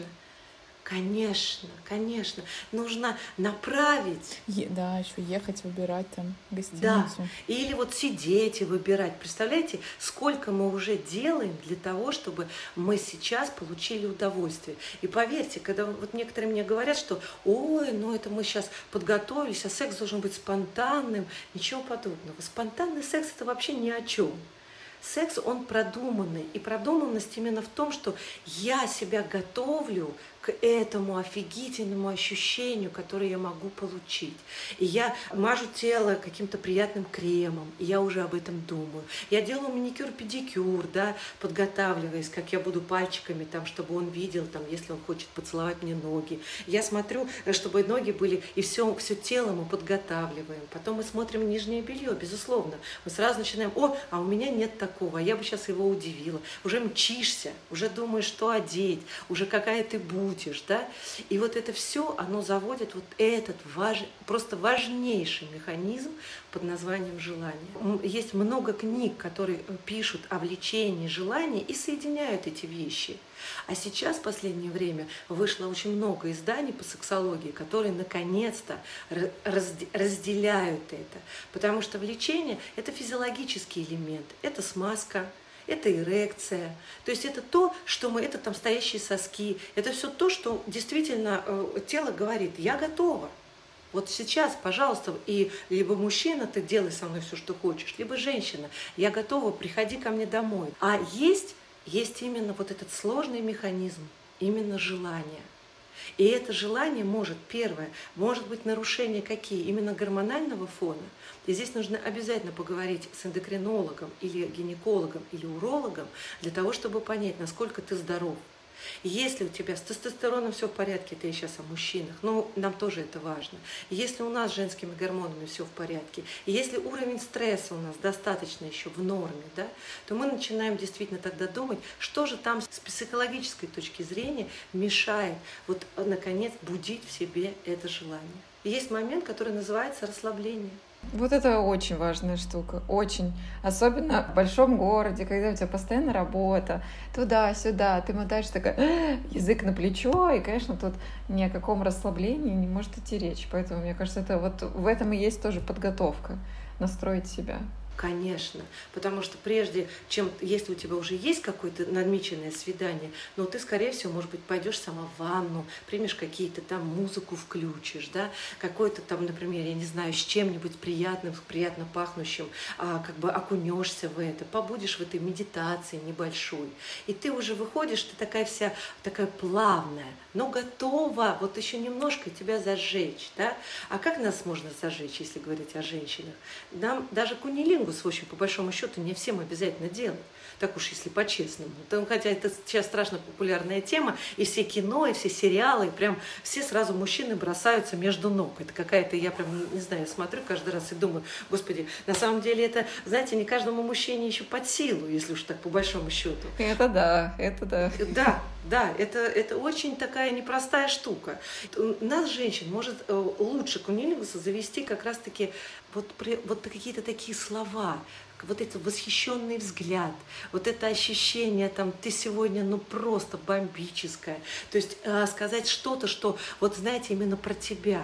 Конечно, конечно. Нужно направить. Да, еще ехать, выбирать там гостиницу. Да. Или вот сидеть и выбирать. Представляете, сколько мы уже делаем для того, чтобы мы сейчас получили удовольствие. И поверьте, когда вот некоторые мне говорят, что ой, ну это мы сейчас подготовились, а секс должен быть спонтанным. Ничего подобного. Спонтанный секс — это вообще ни о чем. Секс, он продуманный. И продуманность именно в том, что я себя готовлю к этому офигительному ощущению, которое я могу получить. И я мажу тело каким-то приятным кремом, и я уже об этом думаю. Я делаю маникюр-педикюр, да, подготавливаясь, как я буду пальчиками, там, чтобы он видел, там, если он хочет поцеловать мне ноги. Я смотрю, чтобы ноги были, и все тело мы подготавливаем. Потом мы смотрим нижнее белье, безусловно. Мы сразу начинаем, а у меня нет такого, а я бы сейчас его удивила. Уже мчишься, уже думаешь, что одеть, уже какая ты будешь. Да? И вот это все, оно заводит вот этот просто важнейший механизм под названием желание. Есть много книг, которые пишут о влечении, желании и соединяют эти вещи. А сейчас в последнее время вышло очень много изданий по сексологии, которые наконец-то разделяют это. Потому что влечение — это физиологический элемент, это смазка, это эрекция, то есть это то, что это там стоящие соски, это все то, что действительно тело говорит, я готова. Вот сейчас, пожалуйста, и либо мужчина, ты делай со мной все, что хочешь, либо женщина, я готова, приходи ко мне домой. А есть именно вот этот сложный механизм, именно желание. И это желание может быть нарушения какие? Именно гормонального фона. И здесь нужно обязательно поговорить с эндокринологом или гинекологом или урологом для того, чтобы понять, насколько ты здоров. Если у тебя с тестостероном все в порядке, это я сейчас о мужчинах, но нам тоже это важно. Если у нас с женскими гормонами все в порядке, и если уровень стресса у нас достаточно еще в норме, да, то мы начинаем действительно тогда думать, что же там с психологической точки зрения мешает вот наконец будить в себе это желание. И есть момент, который называется расслабление. Вот это очень важная штука, очень. Особенно в большом городе, когда у тебя постоянно работа, туда-сюда, ты мотаешь такая, язык на плечо, и, конечно, тут ни о каком расслаблении не может идти речь. Поэтому, мне кажется, это вот в этом и есть тоже подготовка, настроить себя. Конечно, потому что прежде чем, если у тебя уже есть какое-то намеченное свидание, но ты, скорее всего, может быть, пойдешь сама в ванну, примешь какие-то там музыку, включишь, да, какой-то там, например, я не знаю, с чем-нибудь приятным, приятно пахнущим, как бы окунешься в это, побудешь в этой медитации небольшой, и ты уже выходишь, ты такая вся, такая плавная, но готова вот еще немножко тебя зажечь, да. А как нас можно зажечь, если говорить о женщинах? Нам даже кунилингус, в общем, по большому счету, не всем обязательно делать. так уж если по-честному. Хотя это сейчас страшно популярная тема, и все кино, и все сериалы, и прям все сразу мужчины бросаются между ног. Это какая-то, я прям, не знаю, смотрю каждый раз и думаю, господи, на самом деле это, знаете, не каждому мужчине еще под силу, если уж так по большому счету. Это да, это да. Да, это очень такая непростая штука. Нас, женщин, может лучше кунилингуса завести как раз-таки вот какие-то такие слова, вот этот восхищенный взгляд, вот это ощущение, там, ты сегодня, ну, просто бомбическое. То есть сказать что-то, что, вот знаете, именно про тебя.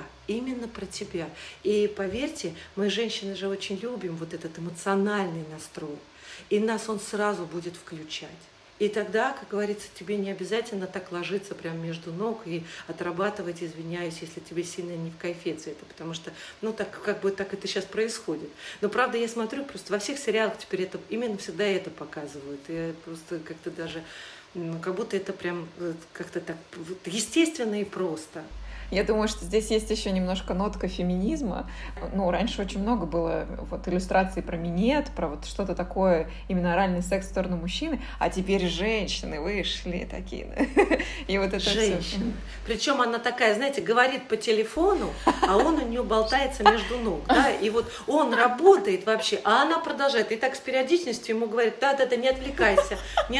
И поверьте, мы, женщины, же очень любим вот этот эмоциональный настрой. И нас он сразу будет включать. И тогда, как говорится, тебе не обязательно так ложиться прямо между ног и отрабатывать, извиняюсь, если тебе сильно не в кайфе это, потому что, ну, так как бы так это сейчас происходит. Но правда, я смотрю, просто во всех сериалах теперь это именно всегда это показывают. И просто как-то даже, ну, как будто это прям как-то так естественно и просто. Я думаю, что здесь есть еще немножко нотка феминизма. Ну, раньше очень много было вот иллюстраций про минет, про вот что-то такое, именно оральный секс в сторону мужчины, а теперь женщины вышли такие. И вот это женщина. Причем она такая, знаете, говорит по телефону, а он у нее болтается между ног. Да? И вот он работает вообще, а она продолжает. И так с периодичностью ему говорит, да-да-да, не отвлекайся.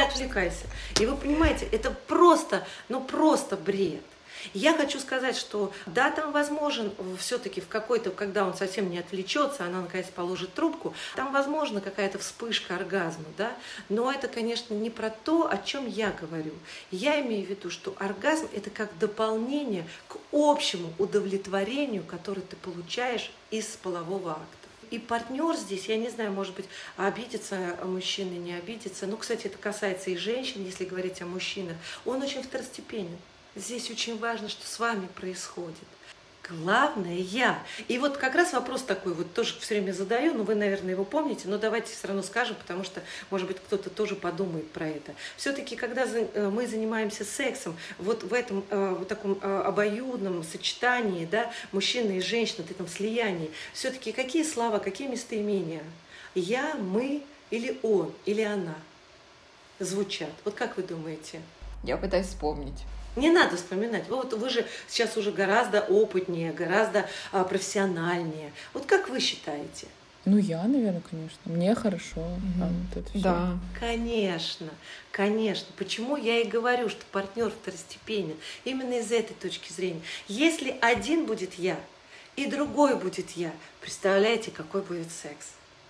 И вы понимаете, это просто, ну просто бред. Я хочу сказать, что да, там возможен все-таки в какой-то, когда он совсем не отвлечется, она наконец положит трубку, там возможна какая-то вспышка оргазма, да, но это, конечно, не про то, о чем я говорю. Я имею в виду, что оргазм – это как дополнение к общему удовлетворению, которое ты получаешь из полового акта. И партнер здесь, я не знаю, может быть, обидится мужчина, не обидится. Ну, кстати, это касается и женщин, если говорить о мужчинах. Он очень второстепенен. Здесь очень важно, что с вами происходит. Главное я. И вот как раз вопрос такой, вот тоже все время задаю, но вы, наверное, его помните, но давайте все равно скажем, потому что, может быть, кто-то тоже подумает про это. Все-таки, когда мы занимаемся сексом, вот в этом вот таком обоюдном сочетании, да, мужчины и женщины, в этом слиянии, все-таки какие слова, какие местоимения? Я, мы или он, или она звучат? Вот как вы думаете? Я пытаюсь вспомнить. Не надо вспоминать. Вот вы же сейчас уже гораздо опытнее, гораздо профессиональнее. Вот как вы считаете? Ну, я, наверное, конечно. Мне хорошо. А вот это всё. Да. Конечно, конечно. Почему я и говорю, что партнер второстепенен? Именно из этой точки зрения. Если один будет я, и другой будет я, представляете, какой будет секс?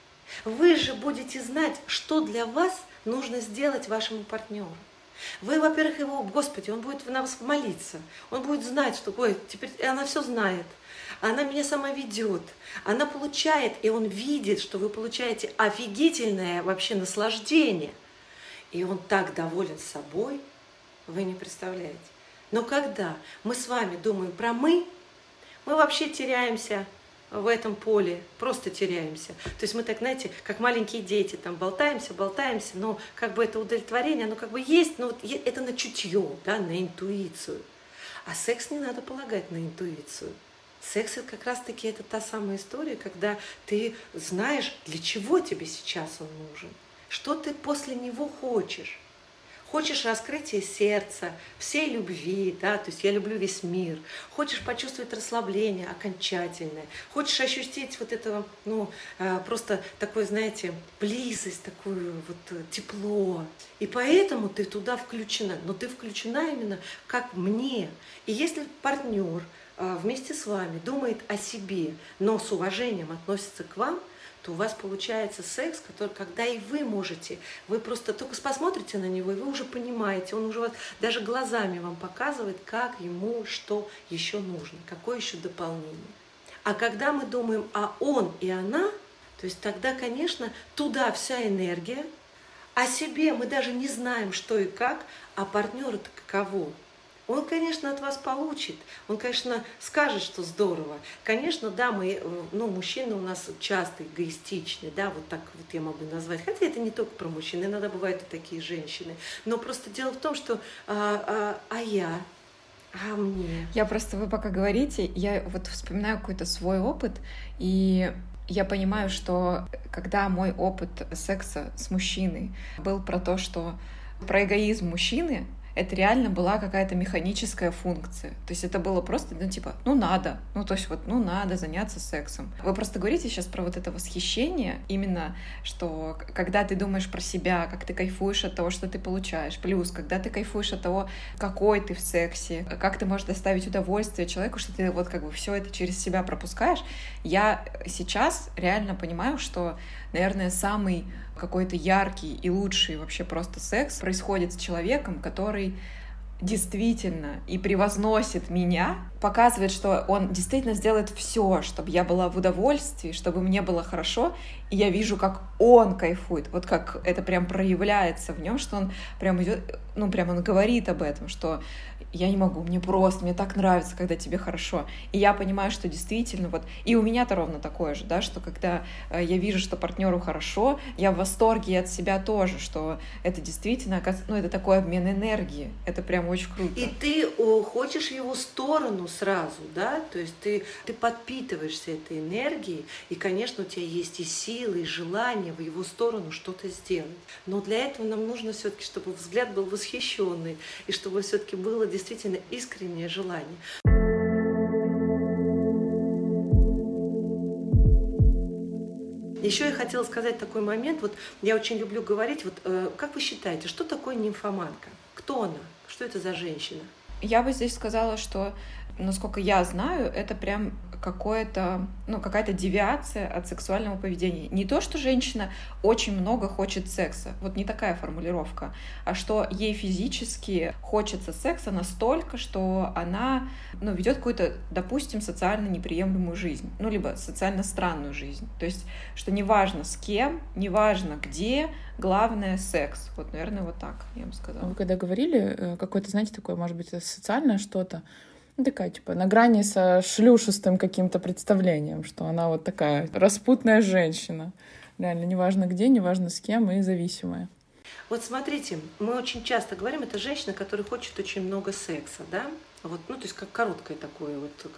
Вы же будете знать, что для вас нужно сделать вашему партнеру. Вы, во-первых, его, Господи, он будет на вас молиться, он будет знать, что, ой, теперь она все знает, она меня сама ведет, она получает, и он видит, что вы получаете офигительное вообще наслаждение, и он так доволен собой, вы не представляете. Но когда мы с вами думаем про мы вообще теряемся в этом поле, просто теряемся. То есть мы так, знаете, как маленькие дети, там болтаемся, но как бы это удовлетворение, оно как бы есть, но вот это на чутье, да, на интуицию. А секс не надо полагать на интуицию. Секс это как раз-таки это та самая история, когда ты знаешь, для чего тебе сейчас он нужен, что ты после него хочешь. Хочешь раскрытие сердца, всей любви, да, то есть я люблю весь мир. Хочешь почувствовать расслабление окончательное. Хочешь ощутить вот это, ну, просто такое, знаете, близость, такое вот тепло. И поэтому ты туда включена. Но ты включена именно как мне. И если партнер вместе с вами думает о себе, но с уважением относится к вам, то у вас получается секс, который, когда и вы можете, вы просто только посмотрите на него, и вы уже понимаете, он уже вас даже глазами вам показывает, как ему что еще нужно, какое еще дополнение. А когда мы думаем о он и она, то есть тогда, конечно, туда вся энергия, о себе мы даже не знаем, что и как, а партнер-то каково. Он, конечно, от вас получит, он, конечно, скажет, что здорово. Конечно, да, мужчины у нас часто эгоистичны, да, вот так вот я могу назвать. Хотя это не только про мужчин, иногда бывают и такие женщины. Но просто дело в том, что я, а мне. Я просто, вы пока говорите, я вот вспоминаю какой-то свой опыт, и Я понимаю, что когда мой опыт секса с мужчиной был про то, что про эгоизм мужчины, это реально была какая-то механическая функция. То есть это было просто, надо. То есть надо заняться сексом. Вы просто говорите сейчас про вот это восхищение, именно, что когда ты думаешь про себя, как ты кайфуешь от того, что ты получаешь, плюс, когда ты кайфуешь от того, какой ты в сексе, как ты можешь доставить удовольствие человеку, что ты все это через себя пропускаешь. Я сейчас реально понимаю, что, наверное, самый какой-то яркий и лучший вообще просто секс происходит с человеком, который действительно и превозносит меня, показывает, что он действительно сделает все, чтобы я была в удовольствии, чтобы мне было хорошо, и я вижу, как он кайфует, вот как это прям проявляется в нем, что он прям идет, прям он говорит об этом, что я не могу, мне так нравится, когда тебе хорошо. И я понимаю, что действительно, и у меня-то ровно такое же, да, что когда я вижу, что партнеру хорошо, я в восторге и от себя тоже, что это действительно, это такой обмен энергии, это прям очень круто. И ты хочешь в его сторону сразу, да, то есть ты подпитываешься этой энергией, и, конечно, у тебя есть и силы, и желание в его сторону что-то сделать. Но для этого нам нужно все-таки, чтобы взгляд был восхищенный, и чтобы все-таки было действительно искреннее желание. Еще я хотела сказать такой момент, я очень люблю говорить, как вы считаете, что такое нимфоманка? Кто она? Что это за женщина? Я бы здесь сказала, что, насколько я знаю, это прям какая-то девиация от сексуального поведения. Не то, что женщина очень много хочет секса, не такая формулировка, а что ей физически хочется секса настолько, что она ведет какую-то, допустим, социально неприемлемую жизнь, либо социально странную жизнь. То есть, что неважно с кем, неважно где, главное — секс. Наверное, так я бы сказала. Вы когда говорили, какое-то, знаете, такое, может быть, социальное что-то, такая, на грани со шлюшистым каким-то представлением, что она такая распутная женщина. Реально, неважно где, неважно с кем, и зависимая. Смотрите, мы очень часто говорим, это женщина, которая хочет очень много секса, да? То есть как короткое такое,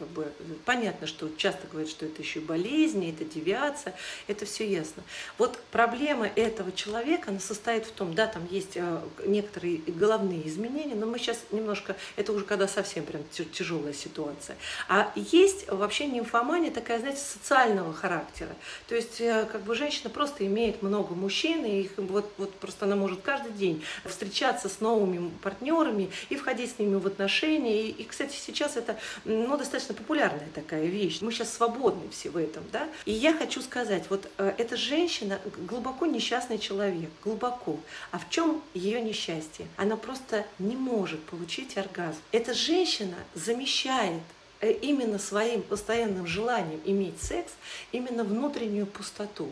понятно, что часто говорят, что это еще болезни, это девиация, это все ясно. Проблема этого человека, она состоит в том, да, там есть некоторые головные изменения, но мы сейчас немножко, это уже когда совсем прям тяжелая ситуация. А есть вообще нимфомания такая, знаете, социального характера. То есть женщина просто имеет много мужчин, и их просто она может каждый день встречаться с новыми партнерами и входить с ними в отношения. И, кстати, сейчас это достаточно популярная такая вещь. Мы сейчас свободны все в этом, да? И я хочу сказать, эта женщина глубоко несчастный человек, глубоко. А в чем ее несчастье? Она просто не может получить оргазм. Эта женщина замещает именно своим постоянным желанием иметь секс именно внутреннюю пустоту.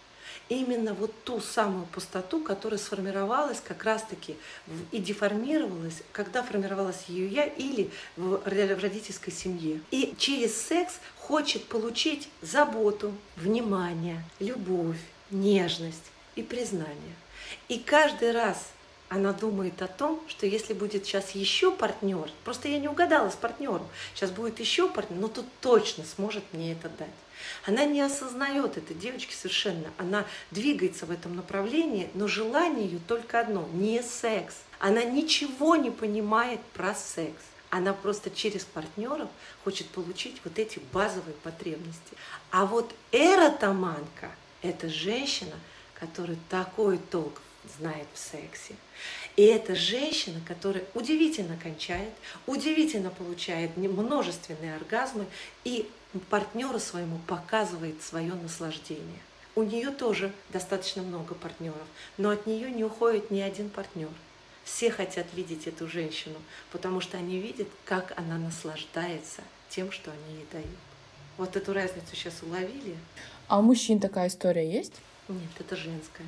Именно ту самую пустоту, которая сформировалась как раз-таки и деформировалась, когда формировалась ее я или в родительской семье. И через секс хочет получить заботу, внимание, любовь, нежность и признание. И каждый раз она думает о том, что если будет сейчас еще партнер, просто я не угадала с партнером, сейчас будет еще партнер, но тут точно сможет мне это дать. Она не осознает это, девочки, совершенно. Она двигается в этом направлении, но желание ее только одно – не секс. Она ничего не понимает про секс. Она просто через партнеров хочет получить эти базовые потребности. А эротоманка – это женщина, которая такой толк знает в сексе. И это женщина, которая удивительно кончает, удивительно получает множественные оргазмы и партнеру своему показывает свое наслаждение. У нее тоже достаточно много партнеров, но от нее не уходит ни один партнер. Все хотят видеть эту женщину, потому что они видят, как она наслаждается тем, что они ей дают. Эту разницу сейчас уловили? А у мужчин такая история есть? Нет, это женская.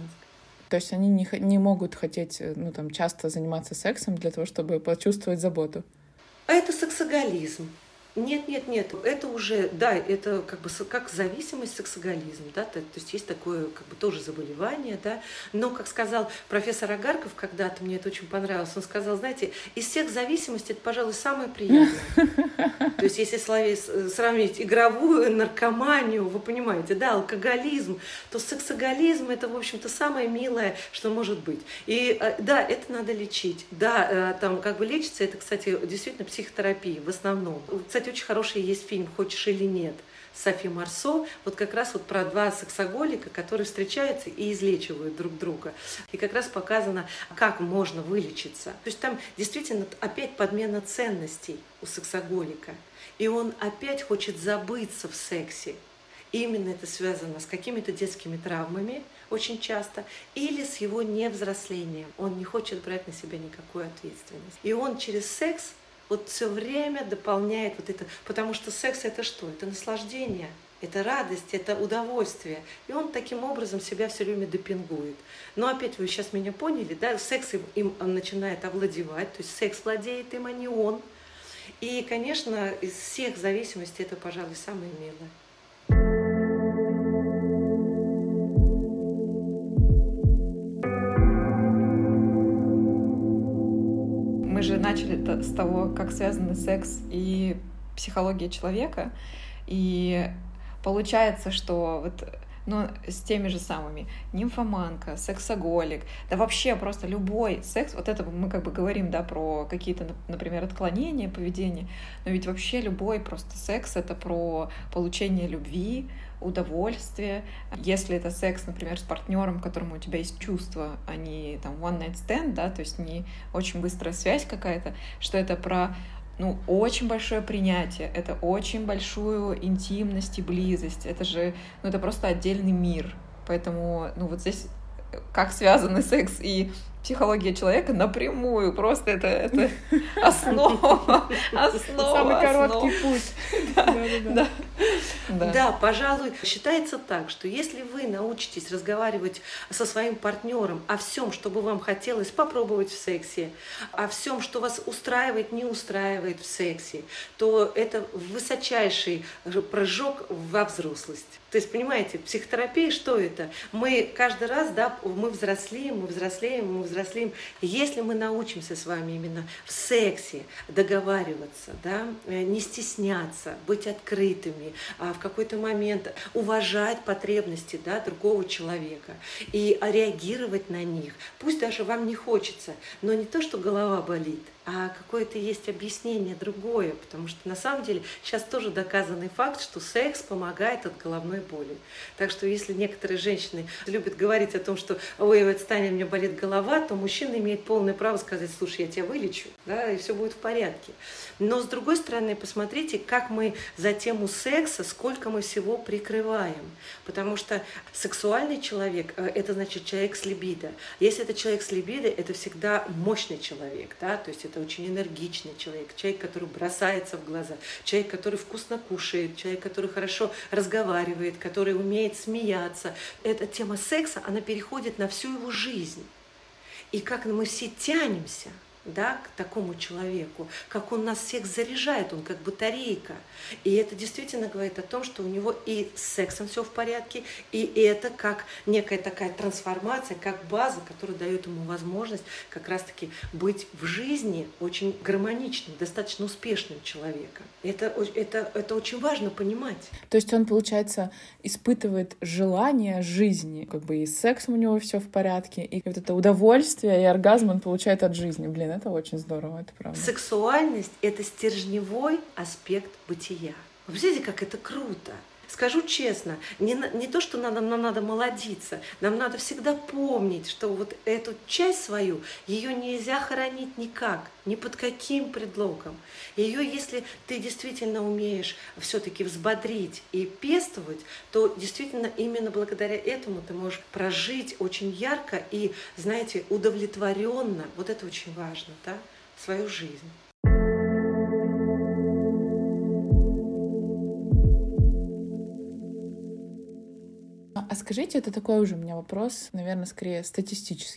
То есть они не могут хотеть, часто заниматься сексом для того, чтобы почувствовать заботу? А это сексоголизм. Нет, это уже, да, это как бы как зависимость, сексоголизм, да, то есть есть такое как бы тоже заболевание, да, но, как сказал профессор Агарков когда-то, мне это очень понравилось, он сказал, знаете, из всех зависимостей это, пожалуй, самое приятное. То есть если сравнить игровую, наркоманию, вы понимаете, да, алкоголизм, то сексоголизм это, в общем-то, самое милое, что может быть. И да, это надо лечить. Да, там как бы лечится, это, кстати, действительно психотерапия в основном. Кстати, очень хороший есть фильм «Хочешь или нет» Софи Марсо, вот как раз вот про два сексоголика, которые встречаются и излечивают друг друга. И как раз показано, как можно вылечиться. То есть там действительно опять подмена ценностей у сексоголика. И он опять хочет забыться в сексе. Именно это связано с какими-то детскими травмами очень часто или с его невзрослением. Он не хочет брать на себя никакую ответственность. И он через секс вот все время дополняет вот это, потому что секс это что? Это наслаждение, это радость, это удовольствие. И он таким образом себя все время допингует. Но опять вы сейчас меня поняли, да? Секс им начинает овладевать, то есть секс владеет им, а не он. И, конечно, из всех зависимостей это, пожалуй, самое милое. Мы же начали с того, как связаны секс и психология человека. И получается, что вот, ну, с теми же самыми нимфоманка, сексоголик, да вообще просто любой секс, вот это мы как бы говорим, да, про какие-то, например, отклонения поведения, но ведь вообще любой просто секс — это про получение любви, удовольствие. Если это секс, например, с партнером, к которому у тебя есть чувства, а не там one night stand, да, то есть не очень быстрая связь какая-то, что это про очень большое принятие, это очень большую интимность и близость, это же, это просто отдельный мир. Поэтому, вот здесь как связаны секс и психология человека напрямую, просто это основа. Самый короткий путь. Да, пожалуй, считается так, что если вы научитесь разговаривать со своим партнером о всем, что бы вам хотелось попробовать в сексе, о всем, что вас устраивает, не устраивает в сексе, то это высочайший прыжок во взрослость. То есть, понимаете, психотерапия, что это? Мы каждый раз, да, мы взрослеем. Если мы научимся с вами именно в сексе договариваться, да, не стесняться, быть открытыми, в какой-то момент уважать потребности, да, другого человека и реагировать на них, пусть даже вам не хочется, но не то, что голова болит, а какое-то есть объяснение другое, потому что на самом деле сейчас тоже доказанный факт, что секс помогает от головной боли. Так что если некоторые женщины любят говорить о том, что ой, отстань, у меня болит голова, то мужчина имеет полное право сказать: слушай, я тебя вылечу, да, и все будет в порядке. Но с другой стороны, посмотрите, как мы за тему секса, сколько мы всего прикрываем. Потому что сексуальный человек – это значит человек с либидо. Если это человек с либидо, это всегда мощный человек, да, то есть это очень энергичный человек, человек, который бросается в глаза, человек, который вкусно кушает, человек, который хорошо разговаривает, который умеет смеяться. Эта тема секса, она переходит на всю его жизнь. И как мы все тянемся, да, к такому человеку, как он нас всех заряжает, он как батарейка. И это действительно говорит о том, что у него и с сексом все в порядке, и это как некая такая трансформация, как база, которая дает ему возможность как раз-таки быть в жизни очень гармоничным, достаточно успешным человеком. Это очень важно понимать. То есть он, получается, испытывает желание жизни, как бы и с сексом у него все в порядке, и вот это удовольствие и оргазм он получает от жизни. Блин, это очень здорово, это правда. Сексуальность — это стержневой аспект бытия. Вы представляете, как это круто? Скажу честно, не то, что нам надо молодиться, нам надо всегда помнить, что вот эту часть свою, ее нельзя хоронить никак, ни под каким предлогом. Ее, если ты действительно умеешь все-таки взбодрить и пестовать, то действительно именно благодаря этому ты можешь прожить очень ярко и, знаете, удовлетворенно, вот это очень важно, да, свою жизнь. А скажите, это такой уже у меня вопрос, наверное, скорее статистический. К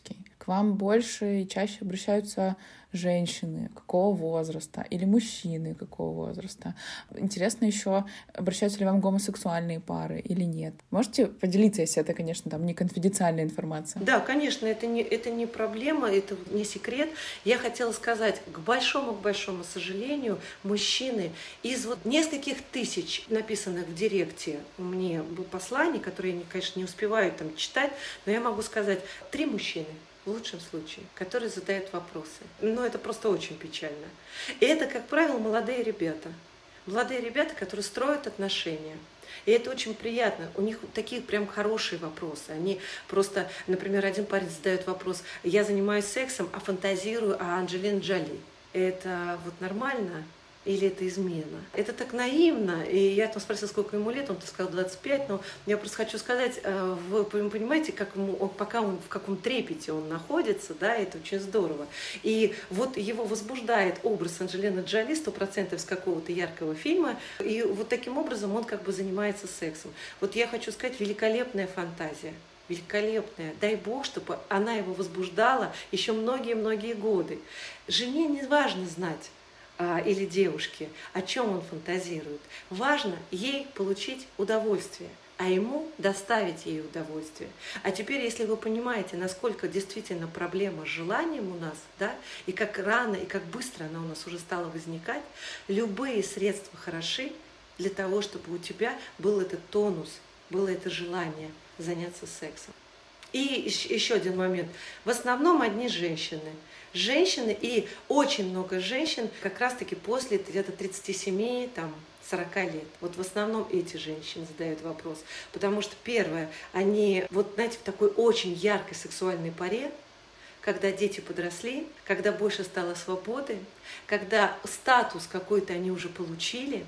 к вам больше и чаще обращаются женщины какого возраста или мужчины какого возраста? Интересно еще, обращаются ли вам гомосексуальные пары или нет? Можете поделиться, если это, конечно, там не конфиденциальная информация? Да, конечно, это не проблема, это не секрет. Я хотела сказать, к большому сожалению, мужчины из вот нескольких тысяч написанных в директе мне посланий, которые я, конечно, не успеваю там читать, но я могу сказать, 3 мужчины. В лучшем случае, которые задают вопросы. Но это просто очень печально. И это, как правило, молодые ребята. Молодые ребята, которые строят отношения. И это очень приятно. У них такие прям хорошие вопросы. Они просто, например, один парень задает вопрос: я занимаюсь сексом, а фантазирую о Анджелине Джоли. Это вот нормально? Или это измена? Это так наивно. И я там спросила, сколько ему лет, он сказал 25, но я просто хочу сказать, вы понимаете, пока он в каком трепете он находится, да, это очень здорово. И вот его возбуждает образ Анджелины Джоли 100% из какого-то яркого фильма, и вот таким образом он как бы занимается сексом. Вот я хочу сказать, великолепная фантазия. Великолепная. Дай Бог, чтобы она его возбуждала еще многие-многие годы. Жене не важно знать, или девушке, о чем он фантазирует. Важно ей получить удовольствие, а ему доставить ей удовольствие. А теперь, если вы понимаете, насколько действительно проблема с желанием у нас, да, и как рано, и как быстро она у нас уже стала возникать, любые средства хороши для того, чтобы у тебя был этот тонус, было это желание заняться сексом. И еще один момент. В основном одни женщины. Женщины, и очень много женщин как раз-таки после где-то 37, там, 40 лет. Вот в основном эти женщины задают вопрос. Потому что, первое, они, вот знаете, в такой очень яркой сексуальной паре, когда дети подросли, когда больше стало свободы, когда статус какой-то они уже получили,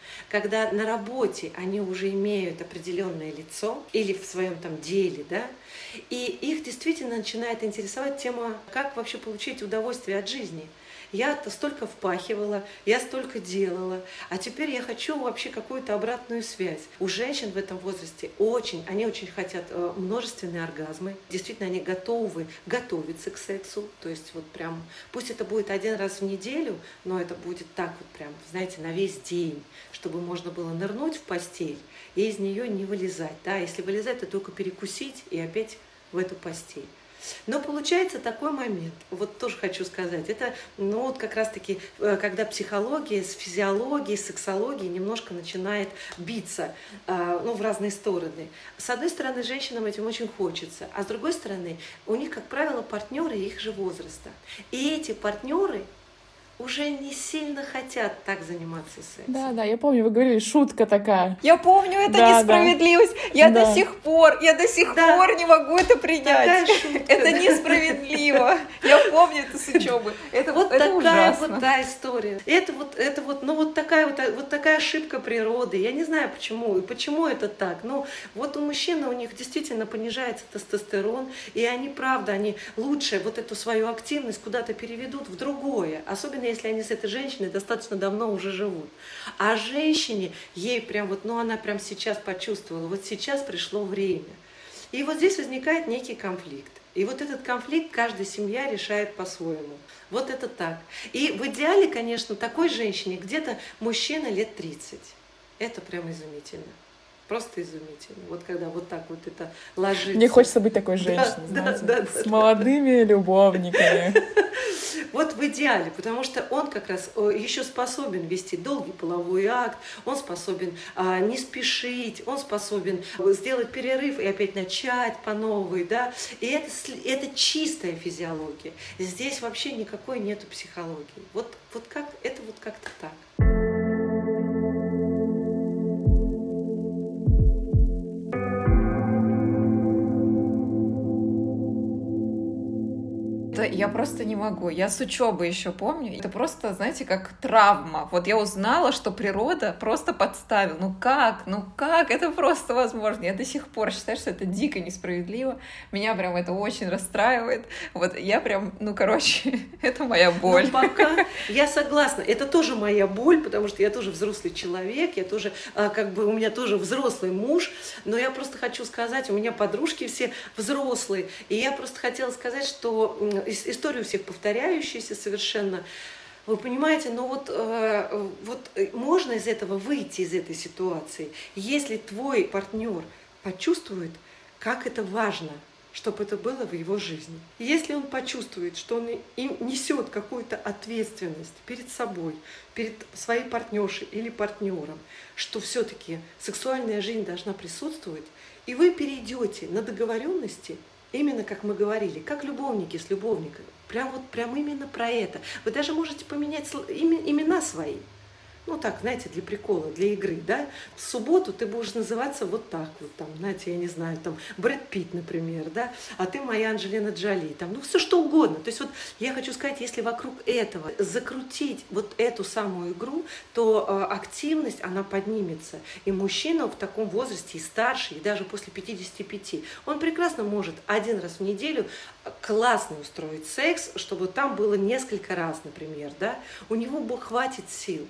когда на работе они уже имеют определенное лицо или в своем там деле, да, и их действительно начинает интересовать тема, как вообще получить удовольствие от жизни. Я-то столько впахивала, я столько делала, а теперь я хочу вообще какую-то обратную связь. У женщин в этом возрасте они очень хотят множественные оргазмы. Действительно, они готовы готовиться к сексу. То есть вот прям, пусть это будет 1 раз в неделю, но это будет так вот прям, знаете, на весь день, чтобы можно было нырнуть в постель и из нее не вылезать. Да? Если вылезать, то только перекусить и опять в эту постель. Но получается такой момент, вот тоже хочу сказать, это вот как раз-таки, когда психология с физиологией, с сексологией немножко начинает биться в разные стороны. С одной стороны, женщинам этим очень хочется, а с другой стороны, у них, как правило, партнеры их же возраста. И эти партнеры уже не сильно хотят так заниматься сексом. Да, я помню, вы говорили, шутка такая. Я помню, это несправедливость. Я до сих пор не могу это принять. Это несправедливо. Я помню это с учебы. Это вот это такая ужасно. вот та история. Вот такая ошибка природы. Я не знаю почему и почему это так. Но вот у мужчин, у них действительно понижается тестостерон, и они, правда, они лучше вот эту свою активность куда-то переведут в другое. Особенно если они с этой женщиной достаточно давно уже живут. А женщине, ей прям вот, она прям сейчас почувствовала, вот сейчас пришло время. И вот здесь возникает некий конфликт. И вот этот конфликт каждая семья решает по-своему. Вот это так. И в идеале, конечно, такой женщине где-то мужчина лет 30. Это прям изумительно. Просто изумительно. Вот когда вот так вот это ложится. Мне хочется быть такой женщиной, знаете, с молодыми любовниками. Вот в идеале, потому что он как раз еще способен вести долгий половой акт, он способен не спешить, он способен сделать перерыв и опять начать по новой, да. И это чистая физиология. Здесь вообще никакой нету психологии. Вот как-то так. я просто не могу. Я с учебы еще помню. Это просто, знаете, как травма. Вот я узнала, что природа просто подставила. Ну как? Это просто возможно. Я до сих пор считаю, что это дико несправедливо. Меня прям это очень расстраивает. Вот я прям, это моя боль. Ну, пока я согласна. Это тоже моя боль, потому что я тоже взрослый человек, я тоже, у меня тоже взрослый муж, но я просто хочу сказать, у меня подружки все взрослые, и я просто хотела сказать, что история у всех повторяющаяся совершенно. Вы понимаете, можно из этого выйти, из этой ситуации, если твой партнер почувствует, как это важно, чтобы это было в его жизни. Если он почувствует, что он несет какую-то ответственность перед собой, перед своей партнершей или партнером, что все-таки сексуальная жизнь должна присутствовать, и вы перейдете на договоренности, именно как мы говорили, как любовники с любовниками, прям именно про это. Вы даже можете поменять имена свои. Ну так, знаете, для прикола, для игры, да? В субботу ты будешь называться вот так вот, там, знаете, я не знаю, там, Брэд Питт, например, да? А ты моя Анджелина Джоли, там, все что угодно. То есть вот я хочу сказать, если вокруг этого закрутить вот эту самую игру, то активность, она поднимется. И мужчина в таком возрасте, и старше, и даже после 55, он прекрасно может один раз в неделю классно устроить секс, чтобы там было несколько раз, например, да? У него хватит сил.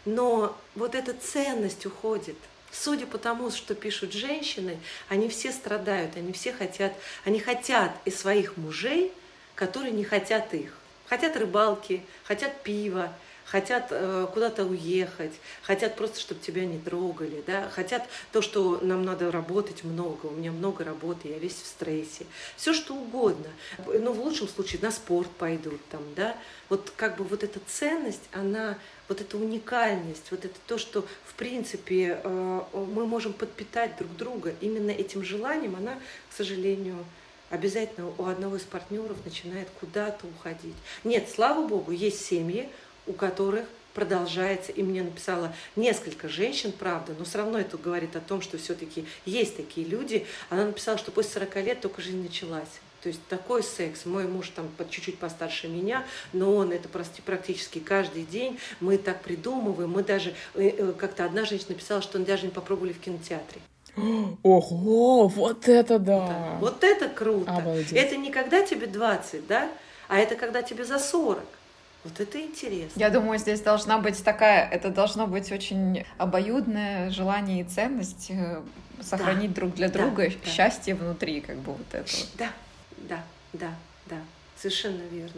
Но вот эта ценность уходит. Судя по тому, что пишут женщины, они все страдают, они хотят из своих мужей, которые не хотят их. Хотят рыбалки, хотят пива, хотят куда-то уехать, хотят просто, чтобы тебя не трогали, да? Хотят то, что нам надо работать много, у меня много работы, я весь в стрессе. Все что угодно. Но в лучшем случае на спорт пойдут там, да? Вот вот эта ценность, она, вот эта уникальность, вот это то, что в принципе мы можем подпитать друг друга именно этим желанием, она, к сожалению, обязательно у одного из партнеров начинает куда-то уходить. Нет, слава богу, есть семьи, у которых продолжается, и мне написало несколько женщин, правда, но все равно это говорит о том, что все-таки есть такие люди. Она написала, что после 40 лет только жизнь началась. То есть такой секс. Мой муж там чуть-чуть постарше меня, но он это практически каждый день. Мы так придумываем. Мы даже, как-то одна женщина написала, что они даже не попробовали в кинотеатре. Ого, вот это да! Да. Вот это круто! Обалдеть. Это не когда тебе 20, да? А это когда тебе за 40. Вот это интересно. Я думаю, здесь должна быть это должно быть очень обоюдное желание и ценность сохранить друг для друга счастье внутри, вот это. Да, совершенно верно.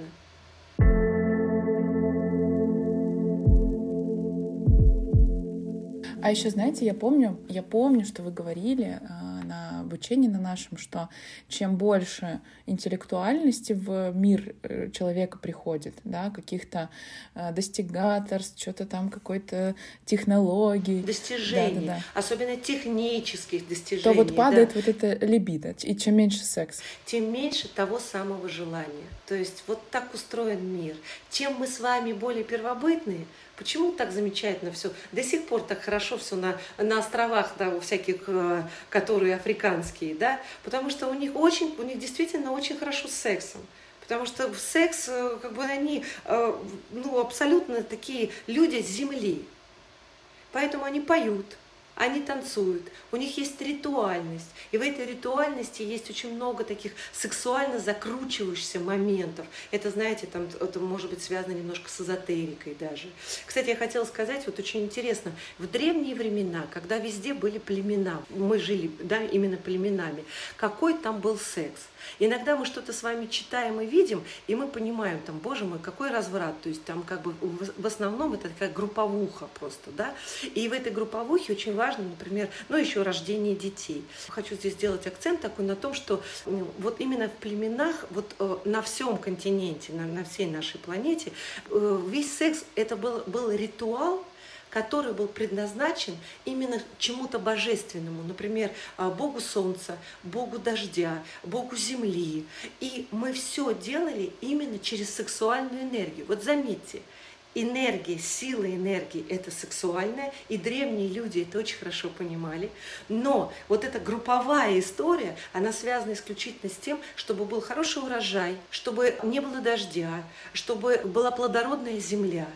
А еще, знаете, я помню, что вы говорили на обучении на нашем, что чем больше интеллектуальности в мир человека приходит, да, каких-то достигаторств, что-то там, какой-то технологий. Достижений, да. Особенно технических достижений. То вот падает вот это либидо, и чем меньше секс. Тем меньше того самого желания. То есть вот так устроен мир. Чем мы с вами более первобытные, почему так замечательно все? До сих пор так хорошо все на островах, да, всяких, которые африканские, да? Потому что у них действительно очень хорошо с сексом. Потому что секс, они абсолютно такие люди с земли. Поэтому они поют, они танцуют, у них есть ритуальность. И в этой ритуальности есть очень много таких сексуально закручивающихся моментов. Это, знаете, это может быть связано немножко с эзотерикой даже. Кстати, я хотела сказать, вот очень интересно, в древние времена, когда везде были племена, мы жили, да, именно племенами, какой там был секс? Иногда мы что-то с вами читаем и видим, и мы понимаем, боже мой, какой разврат. То есть там в основном это такая групповуха просто, да. И в этой групповухе очень важно, например, еще рождение детей. Хочу здесь сделать акцент такой на том, что вот именно в племенах, на всем континенте, на всей нашей планете, весь секс это был ритуал, который был предназначен именно чему-то божественному, например, Богу Солнца, Богу Дождя, Богу Земли. И мы все делали именно через сексуальную энергию. Вот заметьте, энергия, сила энергии – это сексуальная, и древние люди это очень хорошо понимали. Но вот эта групповая история, она связана исключительно с тем, чтобы был хороший урожай, чтобы не было дождя, чтобы была плодородная земля.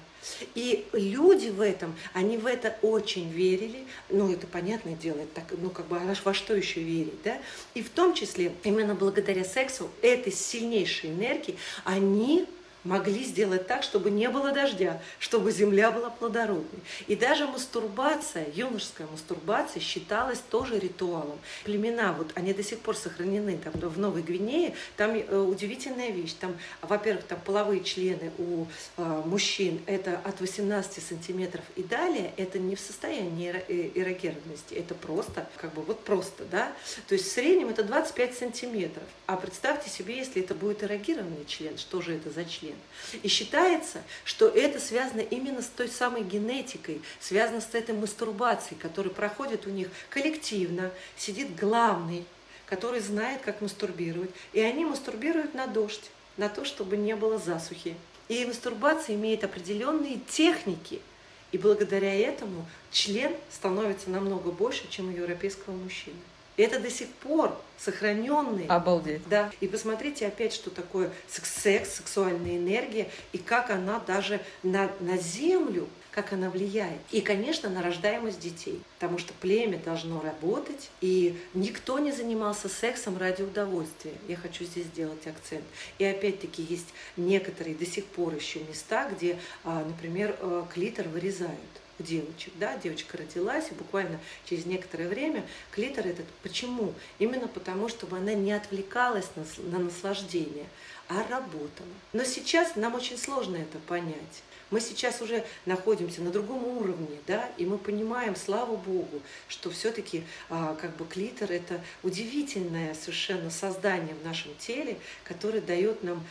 И люди в этом, они в это очень верили, ну это понятное дело, это так, ну как бы во что еще верить, да? И в том числе именно благодаря сексу, этой сильнейшей энергии, они могли сделать так, чтобы не было дождя, чтобы земля была плодородной. И даже мастурбация, юношеская мастурбация считалась тоже ритуалом. Племена, вот они до сих пор сохранены там, в Новой Гвинее, там удивительная вещь. Там, во-первых, там половые члены у мужчин это от 18 сантиметров и далее, это не в состоянии эрогированности, это просто, как бы вот просто, да. То есть в среднем это 25 сантиметров. А представьте себе, если это будет эрогированный член, что же это за член? И считается, что это связано именно с той самой генетикой, связано с этой мастурбацией, которая проходит у них коллективно, сидит главный, который знает, как мастурбировать. И они мастурбируют на дождь, на то, чтобы не было засухи. И мастурбация имеет определенные техники. И благодаря этому член становится намного больше, чем у европейского мужчины. И это до сих пор сохраненные. Обалдеть. Да. И посмотрите опять, что такое секс, сексуальная энергия, и как она даже на землю, как она влияет. И, конечно, на рождаемость детей. Потому что племя должно работать, и никто не занимался сексом ради удовольствия. Я хочу здесь сделать акцент. И опять-таки есть некоторые до сих пор еще места, где, например, клитор вырезают. Девочек, да, девочка родилась, и буквально через некоторое время клитор этот. Почему? Именно потому, чтобы она не отвлекалась на наслаждение, а работала. Но сейчас нам очень сложно это понять. Мы сейчас уже находимся на другом уровне, да, и мы понимаем, слава Богу, что все-таки как бы клитор – это удивительное совершенно создание в нашем теле, которое дает нам,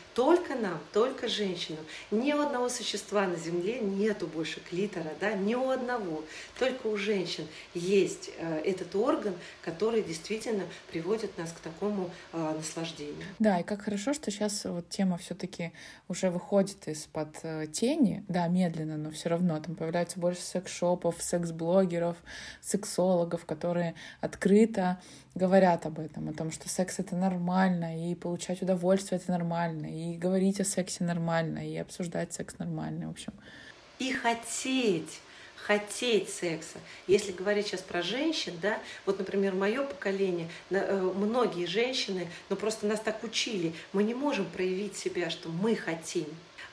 только женщинам. Ни у одного существа на Земле нету больше клитора, да, ни у одного. Только у женщин есть этот орган, который действительно приводит нас к такому наслаждению. Да, и как хорошо, что сейчас вот тема все-таки уже выходит из-под тени. Да, медленно, но все равно там появляется больше секс-шопов, секс-блогеров, сексологов, которые открыто говорят об этом, о том, что секс — это нормально, и получать удовольствие — это нормально, и говорить о сексе нормально, и обсуждать секс нормально, в общем. И хотеть секса. Если говорить сейчас про женщин, да, вот, например, мое поколение, многие женщины, просто нас так учили, мы не можем проявить себя, что мы хотим.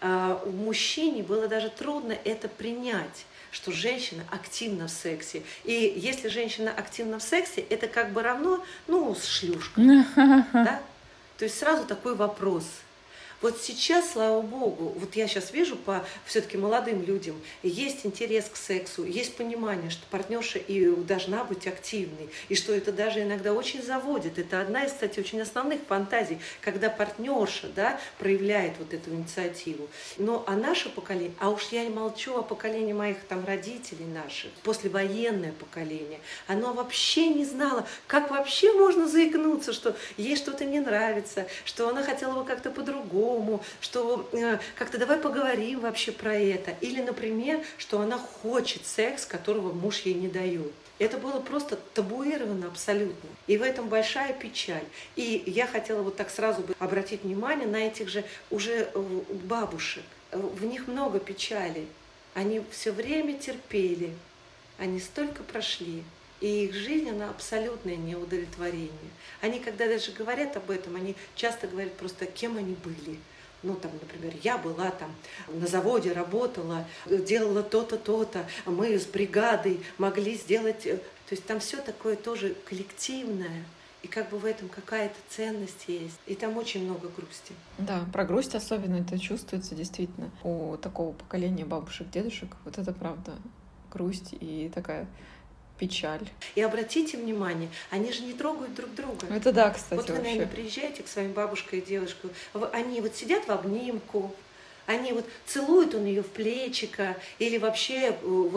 Мужчине было даже трудно это принять, что женщина активна в сексе. И если женщина активна в сексе, это как бы равно, с шлюшкой. Да? То есть сразу такой вопрос. Вот сейчас, слава богу, вот я сейчас вижу по все-таки молодым людям, есть интерес к сексу, есть понимание, что партнерша и должна быть активной, и что это даже иногда очень заводит. Это одна из, кстати, очень основных фантазий, когда партнерша, да, проявляет вот эту инициативу. А наше поколение, а уж я и молчу о поколении моих там родителей наших, послевоенное поколение, оно вообще не знало, как вообще можно заикнуться, что ей что-то не нравится, что она хотела бы как-то по-другому, что как-то давай поговорим вообще про это. Или, например, что она хочет секс, которого муж ей не дает. Это было просто табуировано абсолютно. И в этом большая печаль. И я хотела вот так сразу бы обратить внимание на этих же уже бабушек. В них много печали. Они все время терпели. Они столько прошли. И их жизнь, она абсолютное неудовлетворение. Они, когда даже говорят об этом, они часто говорят просто, кем они были. Например, я была там на заводе, работала, делала то-то, то-то, мы с бригадой могли сделать... То есть там все такое тоже коллективное. И как бы в этом какая-то ценность есть. И там очень много грусти. Да, про грусть особенно это чувствуется действительно у такого поколения бабушек, дедушек. Вот это правда. Грусть и такая... печаль. И обратите внимание, они же не трогают друг друга. Это да, кстати, вот вы, наверное, приезжаете к своим бабушке и девушке, они вот сидят в обнимку, они вот целуют ее в плечико или вообще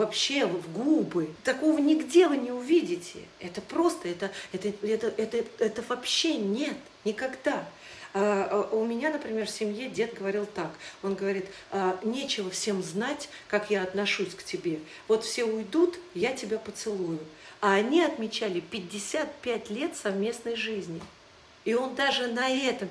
в губы. Такого нигде вы не увидите. Это просто, это вообще нет, никогда. У меня, например, в семье дед говорил так. Он говорит, нечего всем знать, как я отношусь к тебе. Вот все уйдут, я тебя поцелую. А они отмечали 55 лет совместной жизни. И он даже на этом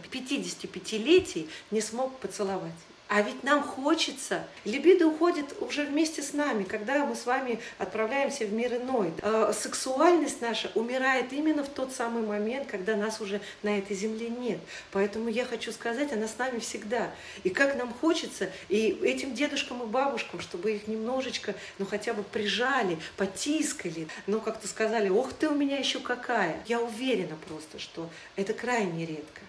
55-летии не смог поцеловать. А ведь нам хочется. Либидо уходит уже вместе с нами, когда мы с вами отправляемся в мир иной. Сексуальность наша умирает именно в тот самый момент, когда нас уже на этой земле нет. Поэтому я хочу сказать, она с нами всегда. И как нам хочется, и этим дедушкам и бабушкам, чтобы их немножечко, хотя бы прижали, потискали, как-то сказали, ох ты у меня еще какая. Я уверена просто, что это крайне редко.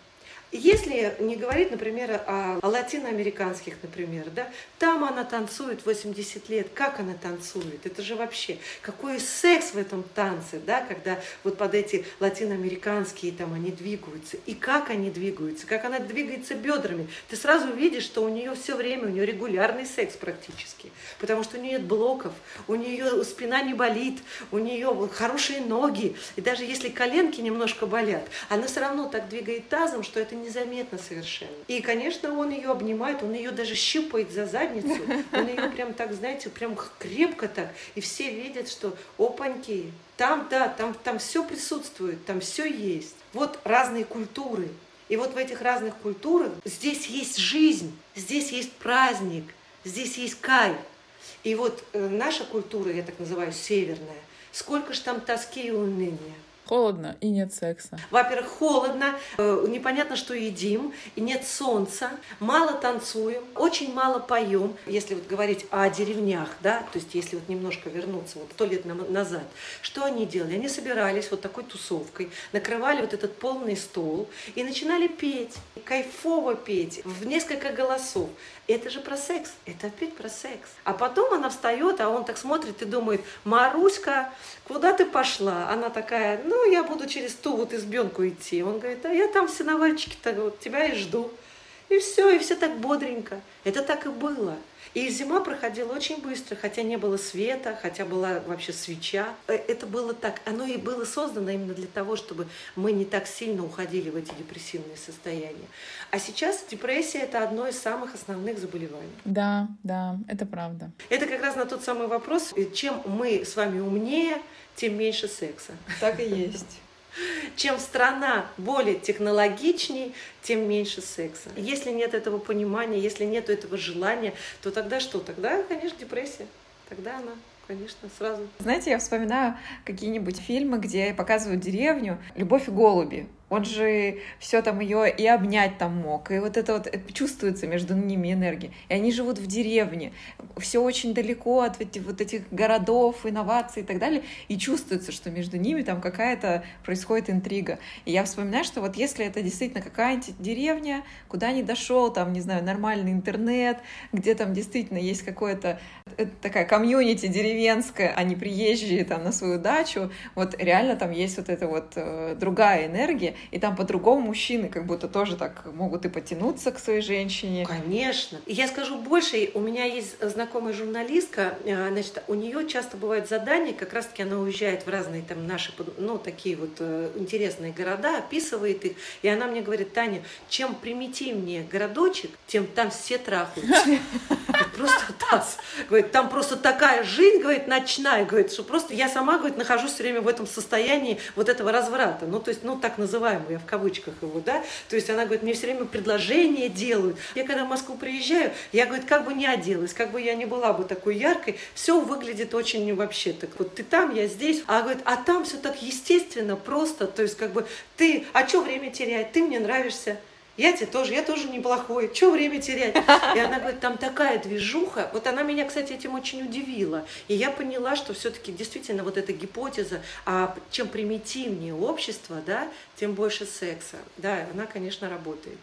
Если не говорить, например, о латиноамериканских, например, да, там она танцует 80 лет, как она танцует? Это же вообще, какой секс в этом танце, да, когда вот под эти латиноамериканские там они двигаются, и как они двигаются, как она двигается бедрами. Ты сразу видишь, что у нее все время, у нее регулярный секс практически, потому что у нее нет блоков, у нее спина не болит, у нее хорошие ноги, и даже если коленки немножко болят, она все равно так двигает тазом, что это незаметно совершенно. И, конечно, он ее обнимает, он ее даже щупает за задницу, он ее прям так, знаете, прям крепко так, и все видят, что опаньки, там, да, там все присутствует, там все есть. Вот разные культуры. И вот в этих разных культурах здесь есть жизнь, здесь есть праздник, здесь есть кайф. И вот наша культура, я так называю, северная, сколько ж там тоски и уныния. Холодно и нет секса. Во-первых, холодно, непонятно, что едим, и нет солнца, мало танцуем, очень мало поем. Если вот говорить о деревнях, да, то есть если вот немножко вернуться вот 100 лет назад, что они делали? Они собирались вот такой тусовкой, накрывали вот этот полный стол и начинали петь, кайфово петь, в несколько голосов. Это же про секс, это опять про секс. А потом она встает, а он так смотрит и думает, Маруська, куда ты пошла? Она такая, я буду через ту вот избенку идти. Он говорит, я там в сеновальчике-то вот тебя и жду. И все так бодренько. Это так и было. И зима проходила очень быстро, хотя не было света, хотя была вообще свеча. Это было так. Оно и было создано именно для того, чтобы мы не так сильно уходили в эти депрессивные состояния. А сейчас депрессия – это одно из самых основных заболеваний. Да, это правда. Это как раз на тот самый вопрос, чем мы с вами умнее, тем меньше секса. Так и есть. Чем страна более технологичней, тем меньше секса. Если нет этого понимания, если нет этого желания, то тогда что? Тогда, конечно, депрессия. Тогда она, конечно, сразу. Знаете, я вспоминаю какие-нибудь фильмы, где показывают деревню «Любовь и голуби». Он же все там ее и обнять там мог, и вот это чувствуется между ними энергия. И они живут в деревне, все очень далеко от вот этих городов, инноваций и так далее, и чувствуется, что между ними там какая-то происходит интрига. И я вспоминаю, что вот если это действительно какая-нибудь деревня, куда не дошел, там, не знаю, нормальный интернет, где там действительно есть какое-то такая комьюнити деревенская, а не приезжие там на свою дачу, вот реально там есть вот эта вот другая энергия, и там по-другому мужчины как будто тоже так могут и потянуться к своей женщине. Конечно. И я скажу больше, у меня есть знакомая журналистка, значит, у нее часто бывают задания, как раз-таки она уезжает в разные там наши, такие вот интересные города, описывает их, и она мне говорит, Таня, чем примитивнее городочек, тем там все трахаются. Просто таз. Говорит, там просто такая жизнь, говорит, ночная, говорит, что просто я сама, говорит, нахожусь все время в этом состоянии вот этого разврата, то есть, так называемого, я в кавычках его, да, то есть она говорит, мне все время предложения делают. Я когда в Москву приезжаю, я, говорит, как бы не оделась, как бы я не была бы такой яркой, все выглядит очень вообще так, вот ты там, я здесь, говорит, а там все так естественно, просто, то есть как бы ты, а что время терять, ты мне нравишься. Я тоже неплохой, что время терять? И она говорит, там такая движуха. Вот она меня, кстати, этим очень удивила. И я поняла, что все-таки действительно вот эта гипотеза, чем примитивнее общество, да, тем больше секса. Да, она, конечно, работает.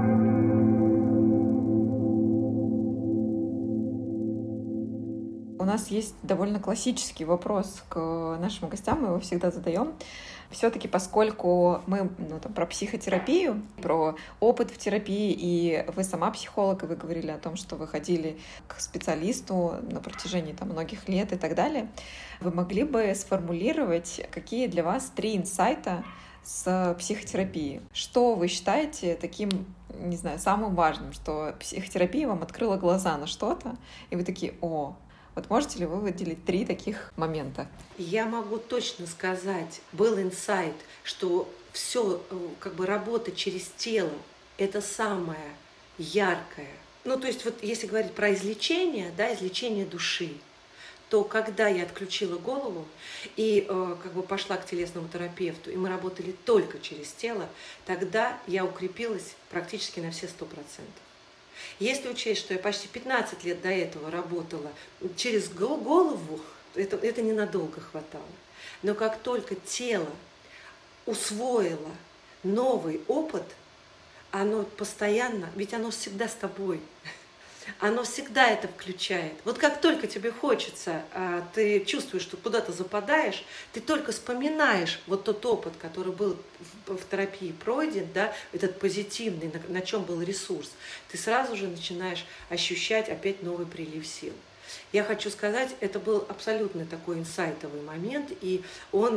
У нас нас есть довольно классический вопрос к нашим гостям, мы его всегда задаем. Все-таки, поскольку мы про психотерапию, про опыт в терапии, и вы сама психолог, и вы говорили о том, что вы ходили к специалисту на протяжении многих лет и так далее, вы могли бы сформулировать, какие для вас 3 инсайта с психотерапии? Что вы считаете таким, не знаю, самым важным, что психотерапия вам открыла глаза на что-то, и вы такие: о, вот можете ли вы выделить 3 таких момента? Я могу точно сказать, был инсайт, что все работа через тело – это самое яркое. То есть если говорить про излечение, излечение души, то когда я отключила голову и пошла к телесному терапевту, и мы работали только через тело, тогда я укрепилась практически на все 100%. Если учесть, что я почти 15 лет до этого работала через голову, это ненадолго хватало. Но как только тело усвоило новый опыт, оно постоянно, ведь оно всегда с тобой, оно всегда это включает. Вот как только тебе хочется, ты чувствуешь, что куда-то западаешь, ты только вспоминаешь вот тот опыт, который был в терапии пройден, этот позитивный, на чем был ресурс, ты сразу же начинаешь ощущать опять новый прилив сил. Я хочу сказать, это был абсолютно такой инсайтовый момент, и он,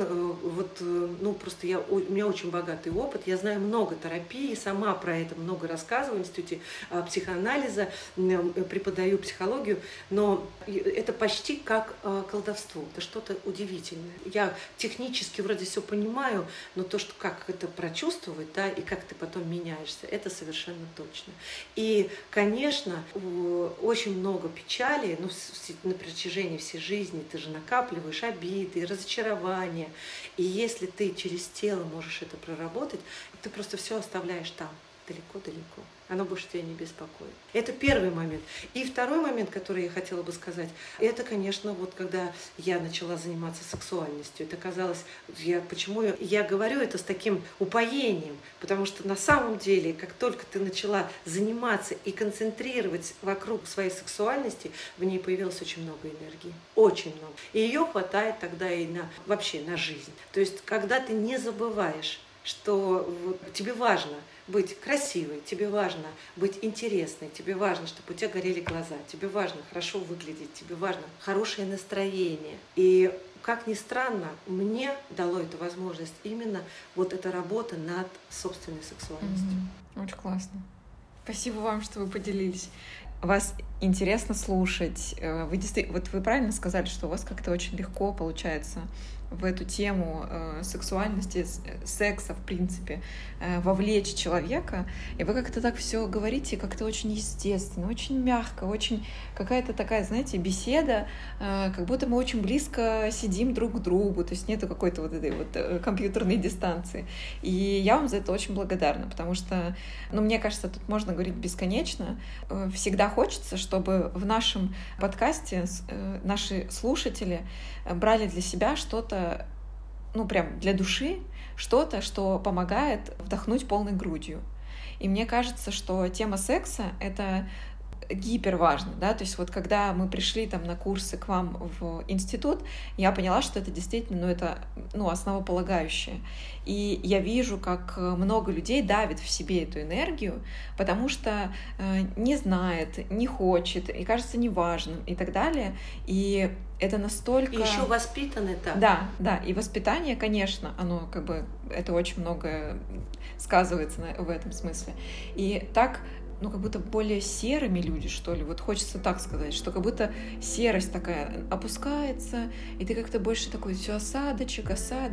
у меня очень богатый опыт, я знаю много терапии, сама про это много рассказываю в институте психоанализа, преподаю психологию, но это почти как колдовство, это что-то удивительное. Я технически вроде все понимаю, но то, что как это прочувствовать, и как ты потом меняешься, это совершенно точно. И, конечно, очень много печали, на протяжении всей жизни ты же накапливаешь обиды, разочарования. И если ты через тело можешь это проработать, ты просто все оставляешь там, далеко-далеко. Оно больше тебя не беспокоит. Это первый момент. И второй момент, который я хотела бы сказать, это, конечно, когда я начала заниматься сексуальностью. Это казалось, почему я говорю это с таким упоением, потому что на самом деле, как только ты начала заниматься и концентрировать вокруг своей сексуальности, в ней появилось очень много энергии. Очень много. И ее хватает тогда и вообще на жизнь. То есть, когда ты не забываешь, что тебе важно быть красивой, тебе важно быть интересной, тебе важно, чтобы у тебя горели глаза, тебе важно хорошо выглядеть, тебе важно хорошее настроение. И, как ни странно, мне дало эту возможность именно эта работа над собственной сексуальностью. Очень классно. Спасибо вам, что вы поделились. Вас интересно слушать. Вы правильно сказали, что у вас как-то очень легко получается в эту тему сексуальности, секса, в принципе, вовлечь человека. И вы как-то так все говорите, как-то очень естественно, очень мягко, очень какая-то такая, знаете, беседа, как будто мы очень близко сидим друг к другу, то есть нету какой-то этой компьютерной дистанции. И я вам за это очень благодарна, потому что, мне кажется, тут можно говорить бесконечно. Всегда хочется, чтобы в нашем подкасте наши слушатели брали для себя что-то, прям для души, что-то, что помогает вдохнуть полной грудью. И мне кажется, что тема секса — это гиперважно, то есть когда мы пришли на курсы к вам в институт, я поняла, что это действительно, это основополагающее. И я вижу, как много людей давит в себе эту энергию, потому что не знает, не хочет, и кажется неважным и так далее. И это настолько... И еще воспитаны так. Да, и воспитание, конечно, оно это очень много сказывается в этом смысле. И так как будто более серыми люди, что ли. Хочется так сказать, что как будто серость такая опускается, и ты как-то больше такой все осадочек,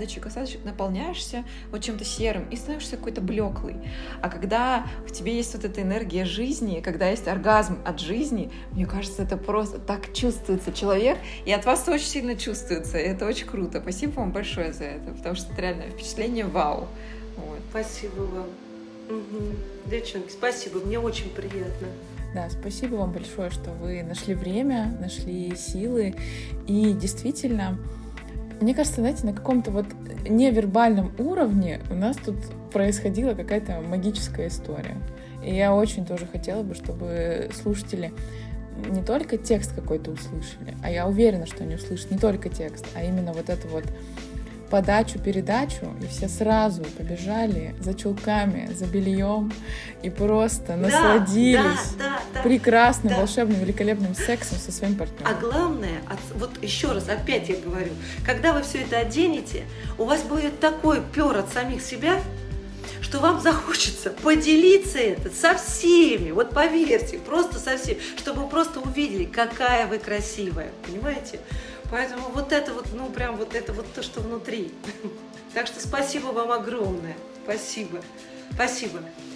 наполняешься чем-то серым и становишься какой-то блеклый. А когда в тебе есть эта энергия жизни, когда есть оргазм от жизни, мне кажется, это просто так чувствуется человек, и от вас очень сильно чувствуется, и это очень круто. Спасибо вам большое за это, потому что это реально впечатление вау. Спасибо вам. Девчонки, спасибо, мне очень приятно. Да, спасибо вам большое, что вы нашли время, нашли силы. И действительно, мне кажется, знаете, на каком-то невербальном уровне у нас тут происходила какая-то магическая история. И я очень тоже хотела бы, чтобы слушатели не только текст какой-то услышали, а я уверена, что они услышат не только текст, а именно вот эту вот подачу, передачу, и все сразу побежали за чулками, за бельем и просто насладились прекрасным, волшебным, великолепным сексом со своим партнером. А главное, вот еще раз, опять я говорю, когда вы все это оденете, у вас будет такой пёр от самих себя, что вам захочется поделиться это со всеми, вот поверьте, просто со всеми, чтобы вы просто увидели, какая вы красивая, понимаете? Поэтому вот это вот, ну прям вот это вот то, что внутри. Так что спасибо вам огромное. Спасибо. Спасибо.